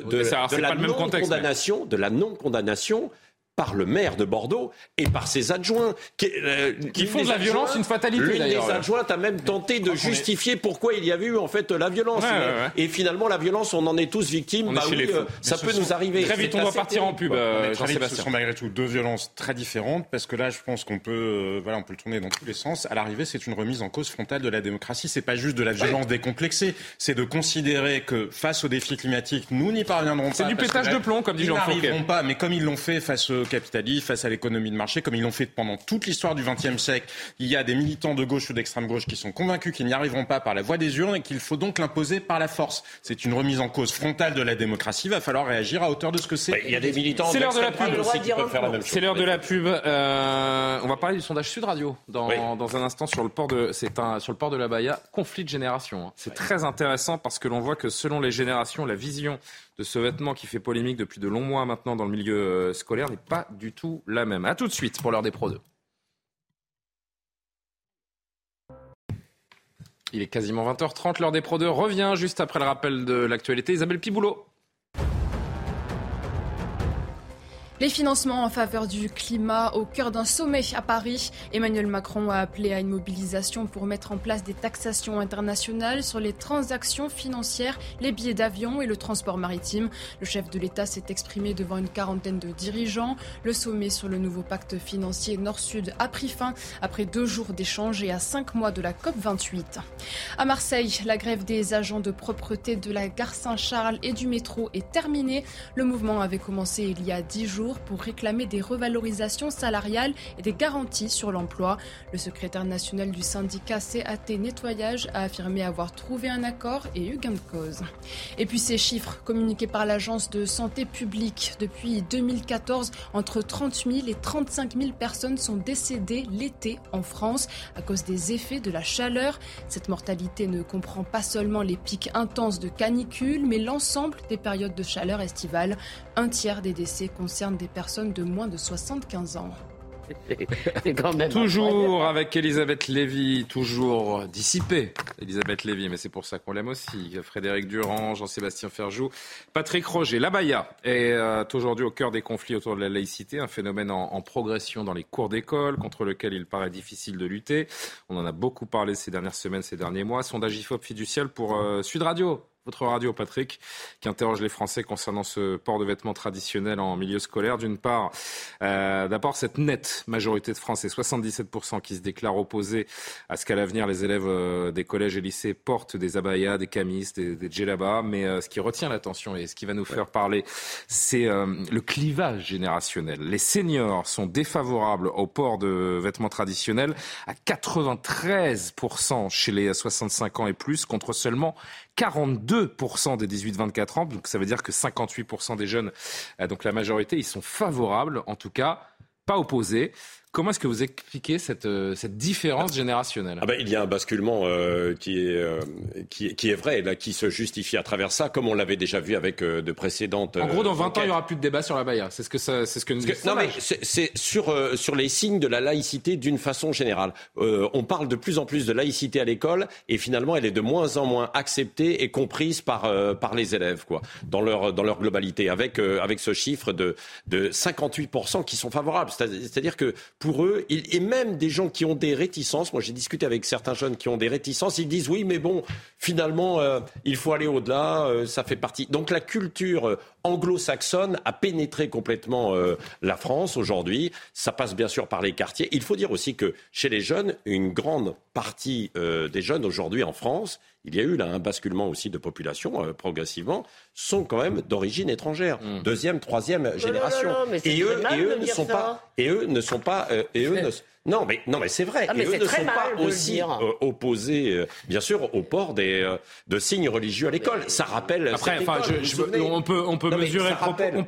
De la non-condamnation par le maire de Bordeaux et par ses adjoints. Qui font de la violence une fatalité, d'ailleurs. L'une des adjointes a même tenté de justifier pourquoi il y avait eu, en fait, la violence. Et finalement, la violence, on en est tous victimes. Ça peut nous arriver. Très vite, on doit partir en pub, Jean-Sébastien. Ce sont malgré tout deux violences très différentes, parce que là, je pense qu'on peut, on peut le tourner dans tous les sens. À l'arrivée, c'est une remise en cause frontale de la démocratie. C'est pas juste de la violence décomplexée. C'est de considérer que, face aux défis climatiques, nous n'y parviendrons pas. C'est du pétage de plomb, comme dit Jean Fouquet. Ils n'arriveront pas, mais comme ils l'ont fait face au capitalisme, face à l'économie de marché, comme ils l'ont fait pendant toute l'histoire du XXe siècle. Il y a des militants de gauche ou d'extrême gauche qui sont convaincus qu'ils n'y arriveront pas par la voie des urnes et qu'il faut donc l'imposer par la force. C'est une remise en cause frontale de la démocratie. Il va falloir réagir à hauteur de ce que c'est. Il y a des militants d'extrême droite aussi qui peuvent faire la même chose. C'est l'heure de la pub. On va parler du sondage Sud Radio dans un instant sur le port de la Baïa. Conflit de génération. C'est très intéressant parce que l'on voit que selon les générations, la vision de ce vêtement qui fait polémique depuis de longs mois maintenant dans le milieu scolaire n'est pas du tout la même. A tout de suite pour l'heure des Pro 2. Il est quasiment 20h30, l'heure des Pro 2 revient juste après le rappel de l'actualité. Isabelle Piboulot. Les financements en faveur du climat au cœur d'un sommet à Paris. Emmanuel Macron a appelé à une mobilisation pour mettre en place des taxations internationales sur les transactions financières, les billets d'avion et le transport maritime. Le chef de l'État s'est exprimé devant une quarantaine de dirigeants. Le sommet sur le nouveau pacte financier Nord-Sud a pris fin après 2 jours d'échanges et à 5 mois de la COP28. À Marseille, la grève des agents de propreté de la gare Saint-Charles et du métro est terminée. Le mouvement avait commencé il y a 10 jours pour réclamer des revalorisations salariales et des garanties sur l'emploi. Le secrétaire national du syndicat CAT Nettoyage a affirmé avoir trouvé un accord et eu gain de cause. Et puis ces chiffres communiqués par l'Agence de santé publique. Depuis 2014, entre 30 000 et 35 000 personnes sont décédées l'été en France à cause des effets de la chaleur. Cette mortalité ne comprend pas seulement les pics intenses de canicule, mais l'ensemble des périodes de chaleur estivale. 1/3 des décès concernent des personnes de moins de 75 ans. C'est quand même toujours avec Elisabeth Lévy, toujours dissipée, Elisabeth Lévy, mais c'est pour ça qu'on l'aime aussi. Frédéric Durand, Jean-Sébastien Ferjou, Patrick Roger. La Baïa est aujourd'hui au cœur des conflits autour de la laïcité, un phénomène en progression dans les cours d'école, contre lequel il paraît difficile de lutter. On en a beaucoup parlé ces dernières semaines, ces derniers mois. Sondage IFOP fiducial pour Sud Radio. Votre radio, Patrick, qui interroge les Français concernant ce port de vêtements traditionnel en milieu scolaire. D'une part, d'abord, cette nette majorité de Français, 77% qui se déclarent opposés à ce qu'à l'avenir les élèves des collèges et lycées portent des abayas, des camis, des djellabas. Mais ce qui retient l'attention et ce qui va nous faire parler, c'est le clivage générationnel. Les seniors sont défavorables au port de vêtements traditionnels à 93% chez les 65 ans et plus, contre seulement 42% des 18-24 ans, donc ça veut dire que 58% des jeunes, donc la majorité, ils sont favorables, en tout cas, pas opposés. Comment est-ce que vous expliquez cette différence générationnelle ? Il y a un basculement qui est vrai, là, qui se justifie à travers ça, comme on l'avait déjà vu avec de précédentes. En gros, dans 20 ans, il n'y aura plus de débat sur l'abaya. C'est ce que nous dit. Non, mais c'est sur les signes de la laïcité d'une façon générale. On parle de plus en plus de laïcité à l'école et finalement, elle est de moins en moins acceptée et comprise par les élèves, quoi, dans leur globalité, avec ce chiffre de 58% qui sont favorables. C'est-à-dire que pour eux, et même des gens qui ont des réticences, moi j'ai discuté avec certains jeunes qui ont des réticences, ils disent oui, mais bon, finalement, il faut aller au-delà, ça fait partie. Donc la culture anglo-saxonne a pénétré complètement la France aujourd'hui. Ça passe bien sûr par les quartiers. Il faut dire aussi que chez les jeunes, une grande partie des jeunes aujourd'hui en France, il y a eu là un basculement aussi de population progressivement, sont quand même d'origine étrangère, deuxième, troisième génération. Et eux ne sont pas. Non, mais c'est vrai. Et eux ne sont pas aussi opposés, bien sûr, au port de signes religieux à l'école. Ça rappelle. Après, on peut mesurer, on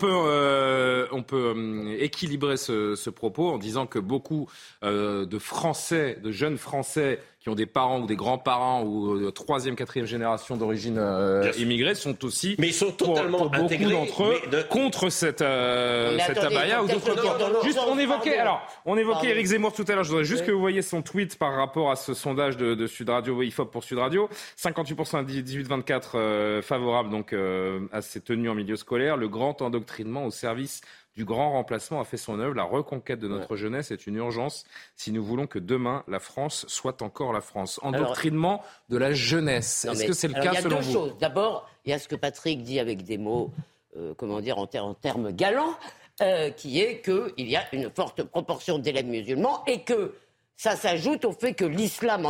peut équilibrer ce propos en disant que beaucoup de Français, de jeunes Français qui ont des parents ou des grands-parents ou troisième, quatrième génération d'origine immigrée sont aussi, mais ils sont totalement pour beaucoup d'entre eux, contre cette abaya ou d'autres points. Juste, on évoquait Éric Zemmour tout à l'heure. Je voudrais juste que vous voyez son tweet par rapport à ce sondage de Sud Radio, IFOP pour Sud Radio. 58% à 18-24 favorables donc à ces tenues en milieu scolaire. Le grand endoctrinement au service du grand remplacement a fait son œuvre. La reconquête de notre jeunesse est une urgence si nous voulons que demain, la France soit encore la France. Endoctrinement de la jeunesse. Est-ce que c'est le cas selon vous ? Il y a deux choses. D'abord, il y a ce que Patrick dit avec des mots, en termes galants, qui est qu'il y a une forte proportion d'élèves musulmans et que ça s'ajoute au fait que l'islam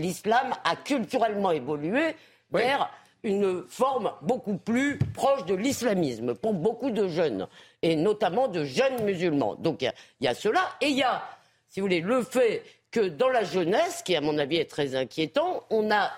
a culturellement évolué vers une forme beaucoup plus proche de l'islamisme pour beaucoup de jeunes, et notamment de jeunes musulmans. Donc il y a cela, et il y a, si vous voulez, le fait que dans la jeunesse, qui à mon avis est très inquiétant, on a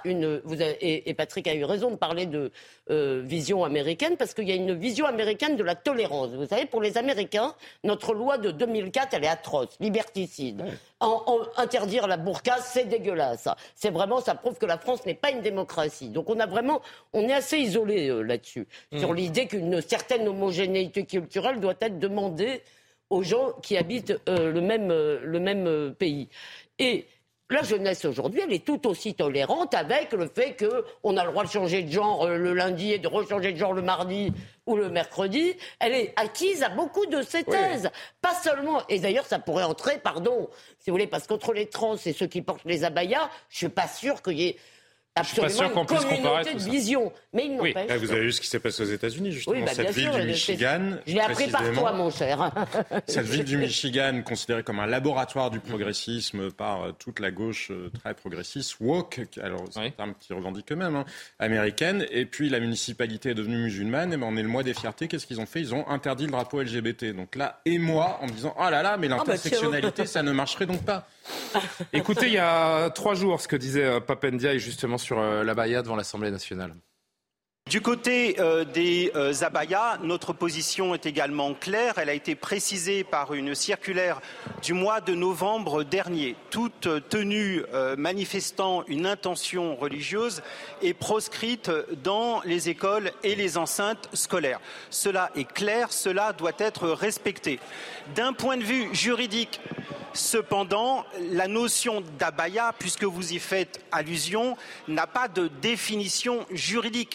et Patrick a eu raison de parler de vision américaine, parce qu'il y a une vision américaine de la tolérance. Vous savez, pour les Américains, notre loi de 2004, elle est atroce, liberticide. Interdire la burqa, c'est dégueulasse. C'est vraiment, ça prouve que la France n'est pas une démocratie. Donc on est assez isolé là-dessus, sur l'idée qu'une certaine homogénéité culturelle doit être demandée aux gens qui habitent le même pays. Et la jeunesse aujourd'hui, elle est tout aussi tolérante avec le fait qu'on a le droit de changer de genre le lundi et de rechanger de genre le mardi ou le mercredi. Elle est acquise à beaucoup de ces thèses. Pas seulement, et d'ailleurs ça pourrait entrer, si vous voulez, parce qu'entre les trans et ceux qui portent les abayas, je suis pas sûr qu'il y ait absolument une communauté de vision. Mais il n'empêche. Là, vous avez vu ce qui s'est passé aux États-Unis, justement. Cette ville du Michigan. Je l'ai appris par toi, mon cher. Cette ville du Michigan, considérée comme un laboratoire du progressisme par toute la gauche très progressiste, woke, alors c'est un terme qu'ils revendiquent eux-mêmes, américaine. Et puis la municipalité est devenue musulmane. Et on est le mois des fiertés. Qu'est-ce qu'ils ont fait ? Ils ont interdit le drapeau LGBT. Donc là, émoi, en me disant oh là là, mais l'intersectionnalité, ça ne marcherait donc pas. Écoutez, il y a 3 jours, ce que disait Pape Ndiaye justement sur l'abaya devant l'Assemblée nationale. Du côté des abayas, notre position est également claire. Elle a été précisée par une circulaire du mois de novembre dernier. Toute tenue manifestant une intention religieuse est proscrite dans les écoles et les enceintes scolaires. Cela est clair, cela doit être respecté. D'un point de vue juridique, cependant, la notion d'abaya, puisque vous y faites allusion, n'a pas de définition juridique.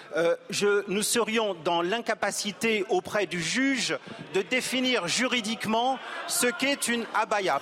Nous serions dans l'incapacité auprès du juge de définir juridiquement ce qu'est une abaya.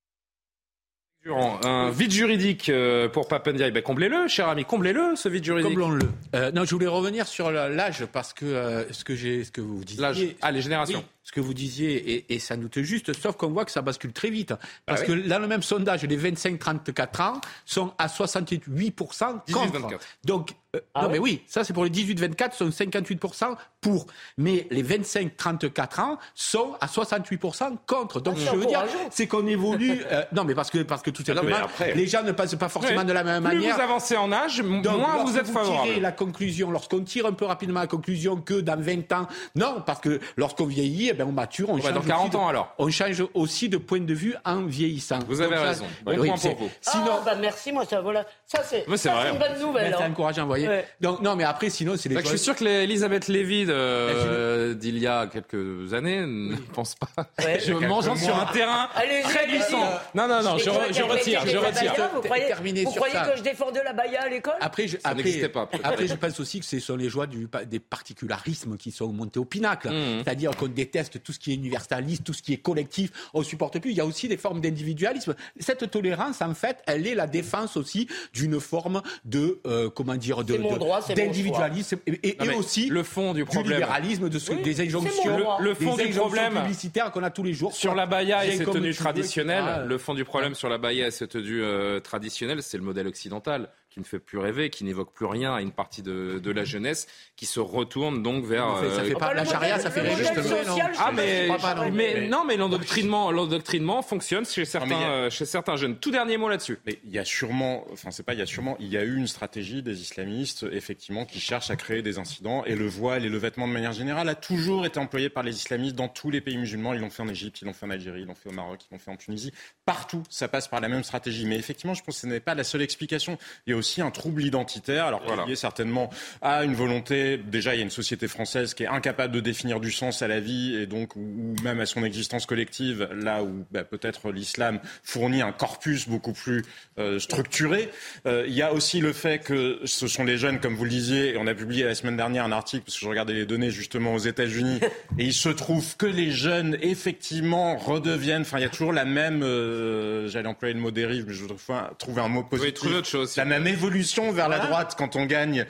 Un vide juridique pour Pape Ndiaye, comblez-le, cher ami, comblez-le, ce vide juridique. Comblons-le. Non, je voulais revenir sur l'âge, parce que ce que vous disiez... L'âge. Les générations. Oui, ce que vous disiez, et ça nous est juste, sauf qu'on voit que ça bascule très vite. Parce que dans le même sondage, les 25-34 ans sont à 68% contre. 18-24. Donc, Non, mais oui, ça c'est pour les 18-24, sont 58% pour. Mais les 25-34 ans sont à 68% contre. Donc je veux dire, c'est qu'on évolue. Non, mais parce que tout simplement, les gens ne passent pas forcément de la même manière. Plus vous avancez en âge, moins vous êtes favorable. Lorsqu'on tire un peu rapidement la conclusion que dans 20 ans, non, parce que lorsqu'on vieillit, on mature, on change. Dans 40 ans alors. On change aussi de point de vue en vieillissant. Vous avez raison. Bon point pour vous. Sinon, merci, moi ça voilà, ça c'est une bonne nouvelle. C'est encourageant, vous voyez. Ouais. Donc non, mais après sinon c'est les. Je suis sûr que Elisabeth Lévy d'il y a quelques années ne pense pas. Ouais. Je mange sur un terrain très glissant. Non, je retire. Vous croyez que je défendais la baya à l'école? Ça n'existait pas. Après, je pense aussi que ce sont les joies des particularismes qui sont montés au pinacle. C'est-à-dire qu'on déteste tout ce qui est universaliste, tout ce qui est collectif. On ne supporte plus. Il y a aussi des formes d'individualisme. Cette tolérance, en fait, elle est la défense aussi d'une forme de d'individualisme et aussi le fond du problème, du libéralisme, des injonctions, le fond du problème publicitaires qu'on a tous les jours sur la baya et ses tenues traditionnelles. Le fond du problème sur la baya et ses tenues traditionnelles, c'est le modèle occidental qui ne fait plus rêver, qui n'évoque plus rien à une partie de la jeunesse, qui se retourne donc vers... Ça fait pas la charia, ça fait rêver justement. Mais l'endoctrinement fonctionne chez certains jeunes. Tout dernier mot là-dessus. Mais il y a eu une stratégie des islamistes, effectivement, qui cherchent à créer des incidents, et le voile et le vêtement de manière générale a toujours été employé par les islamistes dans tous les pays musulmans. Ils l'ont fait en Égypte, ils l'ont fait en Algérie, ils l'ont fait au Maroc, ils l'ont fait en Tunisie. Partout, ça passe par la même stratégie. Mais effectivement, je pense que ce n'est pas la seule explication. Il y a aussi un trouble identitaire, alors lié certainement à une volonté. Déjà, il y a une société française qui est incapable de définir du sens à la vie et donc ou même à son existence collective, là où peut-être l'islam fournit un corpus beaucoup plus structuré. Il y a aussi le fait que ce sont les jeunes, comme vous le disiez, et on a publié la semaine dernière un article parce que je regardais les données justement aux États-Unis, et il se trouve que les jeunes effectivement redeviennent. Enfin, il y a toujours la même. J'allais employer le mot dérive, mais je trouver un mot positif. Trouver autre chose. La même évolution vers la droite quand on gagne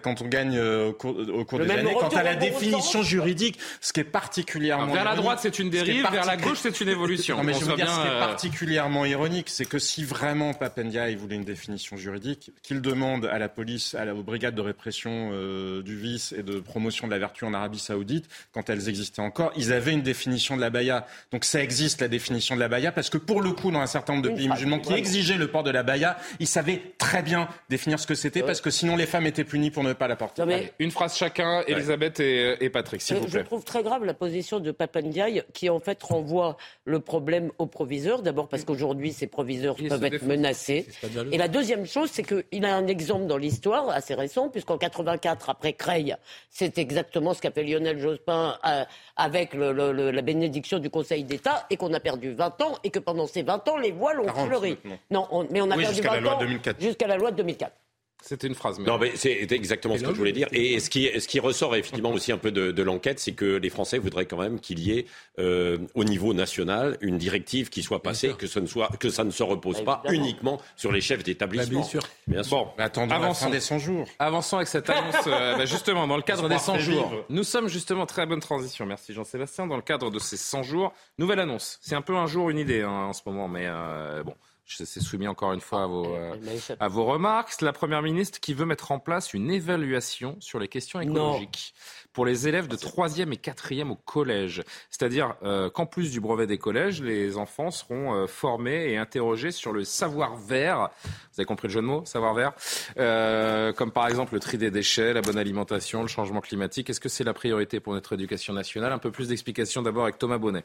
au cours des années. Quant à la définition juridique, ce qui est particulièrement vers la droite c'est une dérive, vers la gauche c'est une évolution. Non, mais je veux dire, ce qui est particulièrement ironique, c'est que si vraiment Pape Ndiaye voulait une définition juridique, qu'il demande à la police, aux brigades de répression du vice et de promotion de la vertu en Arabie Saoudite, quand elles existaient encore, ils avaient une définition de la baya. Donc ça existe, la définition de la baya, parce que pour le coup, dans un certain nombre de pays musulmans qui exigeaient le port de la baya, ils savaient très bien définir ce que c'était, parce que sinon les femmes étaient punies pour ne pas la porter. Allez, une phrase chacun, Elisabeth et Patrick, s'il vous plaît. Je trouve très grave la position de Pape Ndiaye qui en fait renvoie le problème aux proviseurs, d'abord parce qu'aujourd'hui ces proviseurs peuvent être menacés. Et la deuxième chose, c'est qu'il a un exemple dans l'histoire assez récent, puisqu'en 84, après Creil, c'est exactement ce qu'a fait Lionel Jospin avec la bénédiction du Conseil d'État, et qu'on a perdu 20 ans, et que pendant ces 20 ans, les voiles ont fleuri. Mais on a perdu 20 ans jusqu'à la loi de 2004. C'était une phrase. Non, mais c'est exactement ce que je voulais dire. Et ce qui ressort effectivement aussi un peu de l'enquête, c'est que les Français voudraient quand même qu'il y ait au niveau national une directive qui soit passée, que ça ne se repose pas uniquement sur les chefs d'établissement. Bien sûr. Bon, attendons la fin des 100 jours. Avançons avec cette annonce. Justement, dans le cadre des 100 jours, nous sommes justement, très bonne transition. Merci Jean-Sébastien. Dans le cadre de ces 100 jours, nouvelle annonce. C'est un peu un jour, une idée en ce moment, mais bon. C'est soumis encore une fois à vos remarques. La Première ministre qui veut mettre en place une évaluation sur les questions écologiques pour les élèves de 3e et 4e au collège. C'est-à-dire qu'en plus du brevet des collèges, les enfants seront formés et interrogés sur le savoir-vert. Vous avez compris le jeu de mots, savoir-vert, comme par exemple le tri des déchets, la bonne alimentation, le changement climatique. Est-ce que c'est la priorité pour notre éducation nationale ? Un peu plus d'explications d'abord avec Thomas Bonnet.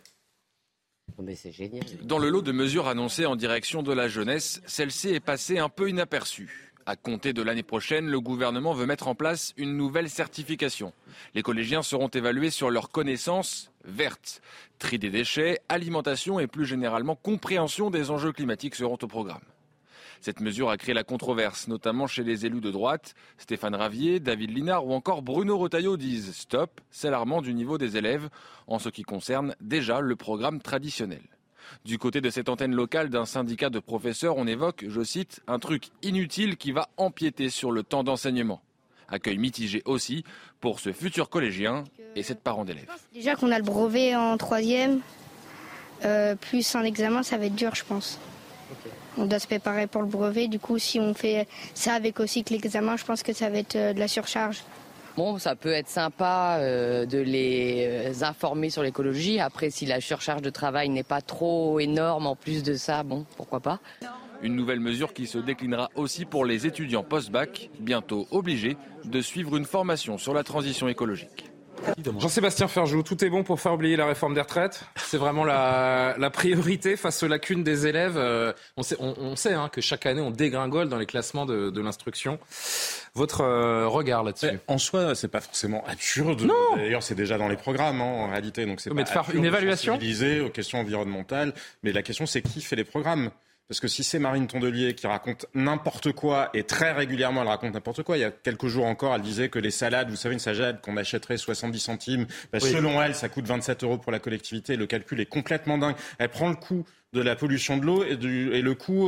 Mais c'est génial. Dans le lot de mesures annoncées en direction de la jeunesse, celle-ci est passée un peu inaperçue. À compter de l'année prochaine, le gouvernement veut mettre en place une nouvelle certification. Les collégiens seront évalués sur leurs connaissances vertes. Tri des déchets, alimentation et plus généralement compréhension des enjeux climatiques seront au programme. Cette mesure a créé la controverse, notamment chez les élus de droite. Stéphane Ravier, David Linard ou encore Bruno Retailleau disent « stop », s'alarmant du niveau des élèves en ce qui concerne déjà le programme traditionnel. Du côté de cette antenne locale d'un syndicat de professeurs, on évoque, je cite, « un truc inutile qui va empiéter sur le temps d'enseignement ». Accueil mitigé aussi pour ce futur collégien et cette parent d'élèves. Déjà qu'on a le brevet en 3e, plus un examen, ça va être dur, je pense. on doit se préparer pour le brevet. Du coup, si on fait ça avec aussi que l'examen, je pense que ça va être de la surcharge. Bon, ça peut être sympa de les informer sur l'écologie. Après, si la surcharge de travail n'est pas trop énorme en plus de ça, bon, pourquoi pas. Une nouvelle mesure qui se déclinera aussi pour les étudiants post-bac, bientôt obligés de suivre une formation sur la transition écologique. Jean-Sébastien Ferjou, tout est bon pour faire oublier la réforme des retraites. C'est vraiment la priorité face aux lacunes des élèves. On sait que chaque année, on dégringole dans les classements de l'instruction. Votre regard là-dessus? En soi, c'est pas forcément absurde. Non. D'ailleurs, c'est déjà dans les programmes, en réalité. Donc, c'est mais pas de faire une évaluation, sensibiliser aux questions environnementales. Mais la question, c'est qui fait les programmes? Parce que si c'est Marine Tondelier qui raconte n'importe quoi, et très régulièrement elle raconte n'importe quoi, il y a quelques jours encore, elle disait que les salades, vous savez, une salade qu'on achèterait 70 centimes, selon elle, ça coûte 27 € pour la collectivité. Le calcul est complètement dingue. Elle prend le coût de la pollution de l'eau et le coût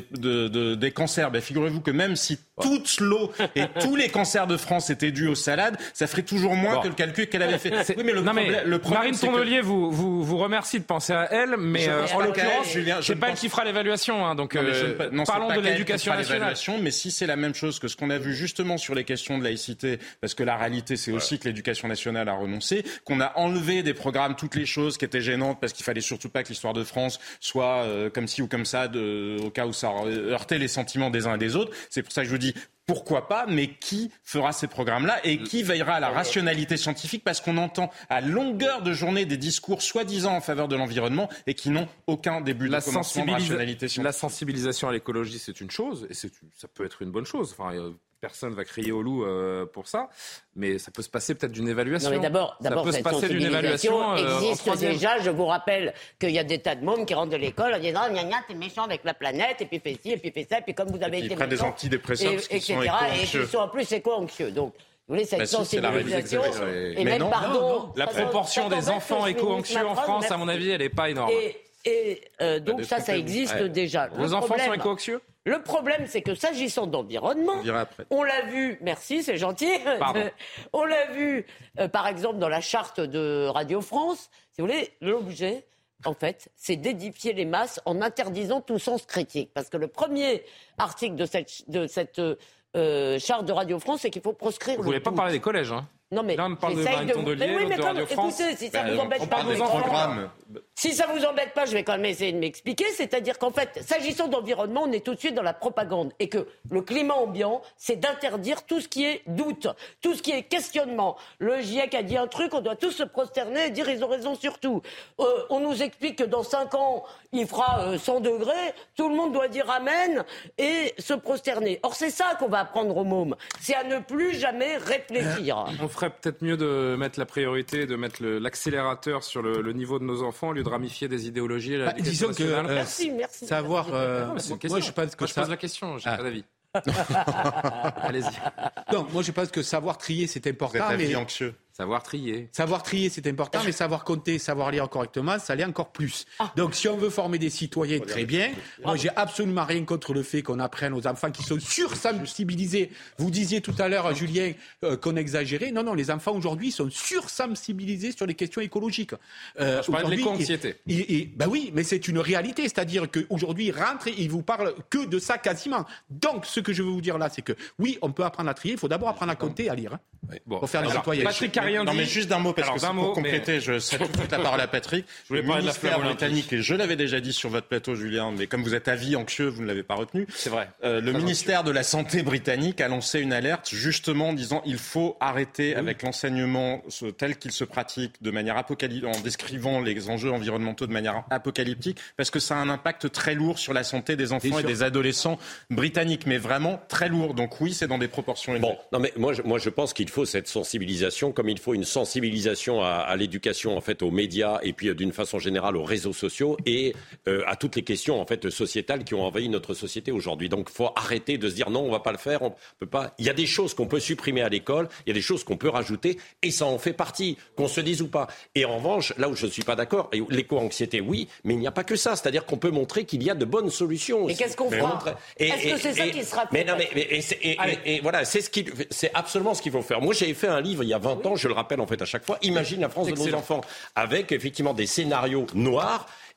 des cancers. Figurez-vous que même si toute l'eau et tous les cancers de France étaient dus aux salades, ça ferait toujours moins que le calcul qu'elle avait fait. Oui, mais le problème, Marine Tondelier vous remercie de penser à elle, mais en l'occurrence, c'est pas elle qui fera l'évaluation. Donc parlons de l'éducation nationale. Mais si c'est la même chose que ce qu'on a vu justement sur les questions de laïcité, parce que la réalité c'est aussi que l'éducation nationale a renoncé, qu'on a enlevé des programmes toutes les choses qui étaient gênantes parce qu'il fallait surtout pas que l'histoire de France soit comme ci ou comme ça, au cas où ça heurtait les sentiments des uns et des autres. C'est pour ça que je vous dis, pourquoi pas, mais qui fera ces programmes-là et qui veillera à la rationalité scientifique, parce qu'on entend à longueur de journée des discours soi-disant en faveur de l'environnement et qui n'ont aucun début de commencement de rationalité scientifique. La sensibilisation à l'écologie, c'est une chose, et ça peut être une bonne chose. Personne va crier au loup pour ça, mais ça peut se passer peut-être d'une évaluation. Non, mais d'abord cette sensibilisation existe déjà. Je vous rappelle qu'il y a des tas de mômes qui rentrent de l'école en disant gna gna, t'es méchant avec la planète, et puis fais ci, et puis fais ça, et puis comme vous avez été méchant, des antidépresseurs etc. Et qui sont en plus éco-anxieux. Donc, vous voulez cette sensibilisation et même la proportion des enfants éco-anxieux en France, à mon avis, elle n'est pas énorme. Donc ça existe déjà. Vos enfants sont éco-anxieux ? Le problème, c'est que s'agissant d'environnement, on l'a vu, merci, c'est gentil, on l'a vu, par exemple, dans la charte de Radio France, si vous voulez, l'objet, en fait, c'est d'édifier les masses en interdisant tout sens critique. Parce que le premier article de cette charte de Radio France, c'est qu'il faut proscrire le doute. Vous ne voulez pas parler des collèges, hein? Non, mais là, on parle de Marine Tondelier, de Radio France. Écoutez, si ça vous embête pas, si ça vous embête pas, je vais quand même essayer de m'expliquer. C'est-à-dire qu'en fait, s'agissant d'environnement, on est tout de suite dans la propagande. Et que le climat ambiant, c'est d'interdire tout ce qui est doute, tout ce qui est questionnement. Le GIEC a dit un truc, on doit tous se prosterner et dire ils ont raison sur tout. On nous explique que dans 5 ans, il fera 100 degrés. Tout le monde doit dire amen et se prosterner. Or, c'est ça qu'on va apprendre aux mômes. C'est à ne plus jamais réfléchir. On ferait peut-être mieux de mettre la priorité, de mettre l'accélérateur sur le niveau de nos enfants au lieu de ramifier des idéologies à l'éducation nationale. Merci. Savoir. Moi, je pense que je pose la question, j'ai pas d'avis. Allez-y. Donc, moi, je pense que savoir trier, c'est important. Vous êtes anxieux. Savoir trier. Savoir trier, c'est important, mais savoir compter, savoir lire correctement, ça l'est encore plus. Donc, si on veut former des citoyens, très bien. Moi, j'ai absolument rien contre le fait qu'on apprenne aux enfants qui sont sursensibilisés. Vous disiez tout à l'heure, Julien, qu'on exagérait. Non, les enfants aujourd'hui sont sursensibilisés sur les questions écologiques. Je parle de l'éco-anxiété. Ben oui, mais c'est une réalité. C'est-à-dire qu'aujourd'hui, ils rentrent et ils vous parlent que de ça quasiment. Donc, ce que je veux vous dire là, c'est que oui, on peut apprendre à trier. Il faut d'abord apprendre à compter, à lire. Hein. Oui. Bon. Pour faire des citoyens. Mais juste d'un mot, parce que pour compléter, je cède tout de suite la parole à Patrick. Je voulais parler de la ministère britannique, et je l'avais déjà dit sur votre plateau, Julien, mais comme vous êtes avis anxieux, vous ne l'avez pas retenu. C'est vrai. Le ministère de la Santé britannique a lancé une alerte, justement, en disant il faut arrêter avec l'enseignement tel qu'il se pratique de manière apocalyptique, en décrivant les enjeux environnementaux de manière apocalyptique, parce que ça a un impact très lourd sur la santé des enfants et des adolescents britanniques, mais vraiment très lourd. Donc oui, c'est dans des proportions élevées. Bon, non mais moi je pense qu'il faut cette sensibilisation, comme il faut une sensibilisation à l'éducation, en fait, aux médias et puis d'une façon générale aux réseaux sociaux et à toutes les questions, en fait, sociétales qui ont envahi notre société aujourd'hui. Donc, il faut arrêter de se dire non, on va pas le faire, on peut pas. Il y a des choses qu'on peut supprimer à l'école, il y a des choses qu'on peut rajouter et ça en fait partie, qu'on se dise ou pas. Et en revanche, là où je suis pas d'accord, l'éco-anxiété, oui, mais il n'y a pas que ça. C'est-à-dire qu'on peut montrer qu'il y a de bonnes solutions aussi. Et qu'est-ce qu'on fera ? Est-ce que c'est ça qui sera fait ? Et voilà, c'est absolument ce qu'il faut faire. Moi, j'ai fait un livre il y a 20 ans, je le rappelle en fait à chaque fois, Imagine la France de nos enfants, avec effectivement des scénarios noirs.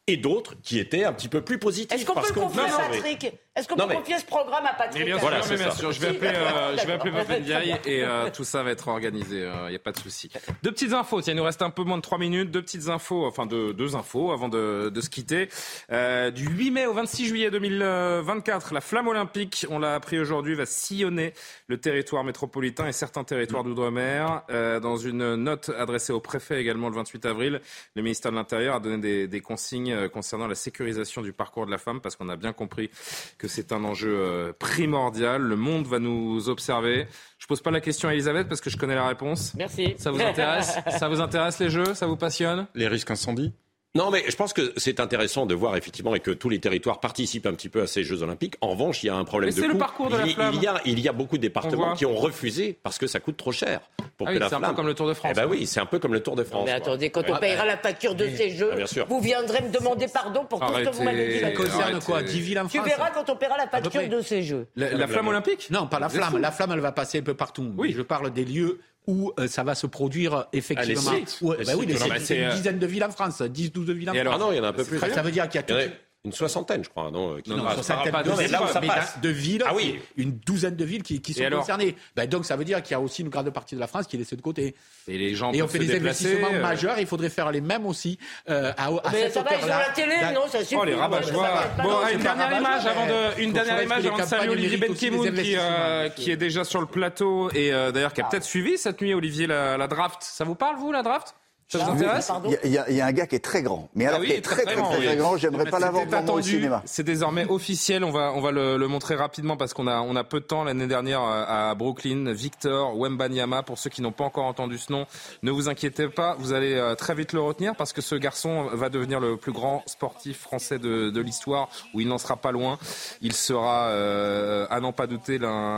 et d'autres qui étaient un petit peu plus positifs. Est-ce qu'on peut confier Patrick ? Est-ce qu'on peut confier ce programme à Patrick ? Bien sûr, voilà, bien sûr. Je vais appeler Pape Ndiaye et tout ça va être organisé. Il n'y a pas de souci. Deux petites infos. Tiens, il nous reste un peu moins de 3 minutes. Deux petites infos, enfin deux infos avant de se quitter. Du 8 mai au 26 juillet 2024, la flamme olympique, on l'a appris aujourd'hui, va sillonner le territoire métropolitain et certains territoires d'outre-mer. Dans une note adressée au préfet également le 28 avril, le ministère de l'Intérieur a donné des consignes concernant la sécurisation du parcours de la flamme parce qu'on a bien compris que c'est un enjeu primordial. Le monde va nous observer. Je pose pas la question à Elisabeth parce que je connais la réponse. Merci. Ça vous intéresse ? Ça vous intéresse les jeux ? Ça vous passionne ? Les risques incendie ? Non, mais je pense que c'est intéressant de voir effectivement et que tous les territoires participent un petit peu à ces Jeux Olympiques. En revanche, il y a un problème de coût. C'est le parcours de la flamme. Il y a beaucoup de départements qui ont refusé parce que ça coûte trop cher pour que la flamme. C'est un peu comme le Tour de France. Oui, c'est un peu comme le Tour de France. Mais attendez, quand on payera la facture de ces Jeux, vous viendrez me demander pardon pour tout ce que vous m'avez dit. Ça concerne quoi ? 10 villes en France ? Tu verras quand on paiera la facture de ces Jeux. La flamme olympique ? Non, pas la flamme. La flamme, elle va passer un peu partout. Oui, je parle des lieux où ça va se produire effectivement. C'est une dizaine de villes en France, 10-12 villes en France. Ah non, il y en a un peu plus. Ça veut dire qu'il y a une soixantaine, je crois. Une soixantaine de villes, une douzaine de villes qui sont concernées. Donc ça veut dire qu'il y a aussi une grande partie de la France qui est laissée de côté. Et on fait des investissements majeurs, il faudrait faire les mêmes aussi à mais ça va, ils ont la télé, non, ça suffit. Oh, les rabat-joie. Bon, une dernière image avant de saluer Olivier Benkemoun qui est déjà sur le plateau et d'ailleurs qui a peut-être suivi cette nuit, Olivier, la draft. Ça vous parle, vous, la draft ? Ça vous intéresse ? Il y a un gars qui est très grand. Mais alors, qui est très grand, j'aimerais pas l'avoir devant moi au cinéma. C'est désormais officiel. On va le montrer rapidement parce qu'on a peu de temps. L'année dernière, à Brooklyn, Victor Wembanyama, pour ceux qui n'ont pas encore entendu ce nom, ne vous inquiétez pas. Vous allez très vite le retenir parce que ce garçon va devenir le plus grand sportif français de l'histoire où il n'en sera pas loin. Il sera, à n'en pas douter,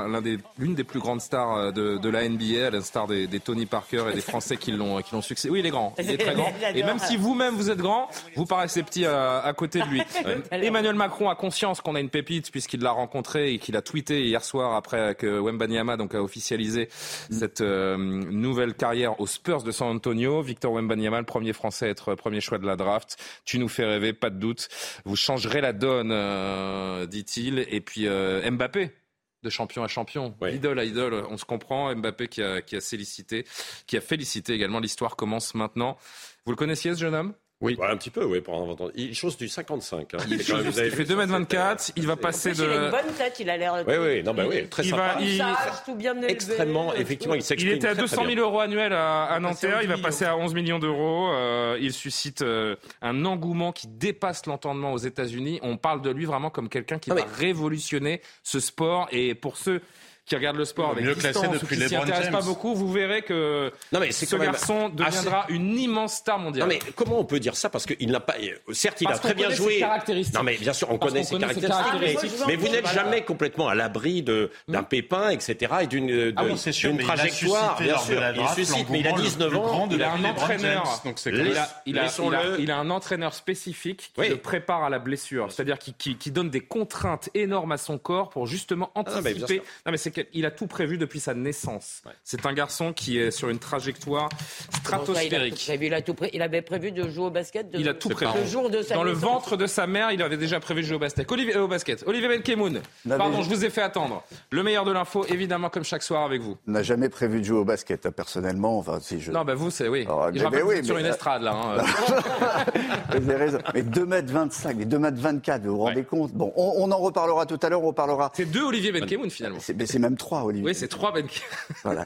l'une des plus grandes stars de la NBA, à l'instar des Tony Parker et des Français qui l'ont succédé. Oui, il est grand. Il est très grand. Et même si vous-même vous êtes grand, vous paraissez petit à côté de lui. Emmanuel Macron a conscience qu'on a une pépite puisqu'il l'a rencontré et qu'il a tweeté hier soir après que Wembanyama donc a officialisé cette nouvelle carrière aux Spurs de San Antonio. Victor Wembanyama, le premier Français à être premier choix de la draft. Tu nous fais rêver, pas de doute. Vous changerez la donne, dit-il. Et puis Mbappé. De champion à champion, idole à idole, on se comprend. Mbappé qui a félicité également. L'histoire commence maintenant. Vous le connaissiez, ce jeune homme ? Oui, un petit peu, pour en entendre. Il chose du 55. Il fait 2m24. Il va passer de. Il a une bonne tête. Il a l'air. Très sympa. Tout bien élevé. Extrêmement, effectivement, il s'exprime. Il était à 200 000 euros annuels à Nanterre. Il va passer à 11 millions d'euros. Il suscite un engouement qui dépasse l'entendement aux États-Unis. On parle de lui vraiment comme quelqu'un qui va révolutionner ce sport. Et pour ceux qui regardent le sport avec distance ou qui s'y intéressent pas beaucoup, vous verrez que ce garçon deviendra une immense star mondiale. Non mais comment on peut dire ça ? Parce qu'il n'a pas... Certes, il a très bien joué. Non mais bien sûr, on connaît ses caractéristiques. Mais vous n'êtes jamais complètement à l'abri d'un pépin, etc. et d'une trajectoire. Bien sûr, il suscite, mais il a 19 ans. Il a un entraîneur. Il a un entraîneur spécifique qui le prépare à la blessure. C'est-à-dire qui donne des contraintes énormes à son corps pour justement anticiper. Non mais il a tout prévu depuis sa naissance. C'est un garçon qui est sur une trajectoire stratosphérique. Il avait prévu de jouer au basket. Il a tout prévu. Le jour de sa Dans le ventre de sa mère, il avait déjà prévu de jouer au basket. Olivier Benkemoun, pardon, je vous ai fait attendre. Le meilleur de l'info, évidemment, comme chaque soir avec vous. On n'a jamais prévu de jouer au basket, personnellement. Enfin, si je... Non, vous, c'est oui. Je rappelle que vous êtes sur une estrade, là. Vous avez raison. Mais 2m25, mais 2m24, vous vous rendez compte ? Bon, on en reparlera tout à l'heure. C'est 2 Olivier Benkemoun, finalement. C'est même 3, Olivier. Oui, c'est 3 Benkemoun. Voilà.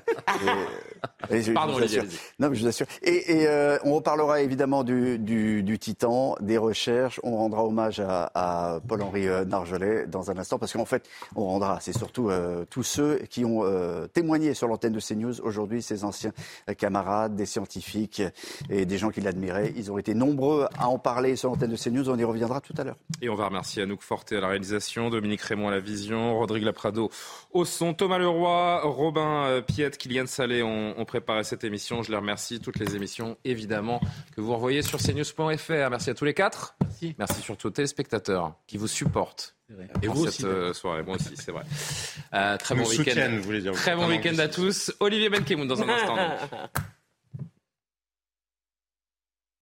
Pardon, Olivier. Non, mais je vous assure. Et on reparlera évidemment du Titan, des recherches. On rendra hommage à Paul-Henri Nargeolet dans un instant, parce qu'en fait, c'est surtout tous ceux qui ont témoigné sur l'antenne de CNews aujourd'hui, ses anciens camarades, des scientifiques et des gens qui l'admiraient. Ils ont été nombreux à en parler sur l'antenne de CNews. On y reviendra tout à l'heure. Et on va remercier Anouk Forté à la réalisation, Dominique Raymond à la vision, Rodrigue Laprado au son, Thomas Leroy, Robin Piette, Kylian Salé ont préparé cette émission. Je les remercie. Toutes les émissions, évidemment, que vous revoyez sur cnews.fr. Merci à tous les 4. Merci surtout aux téléspectateurs qui vous supportent. Et vous aussi, cette soirée. Moi aussi, c'est vrai. Très bon week-end. Très bon week-end à tous. Olivier Benkemoun dans un instant.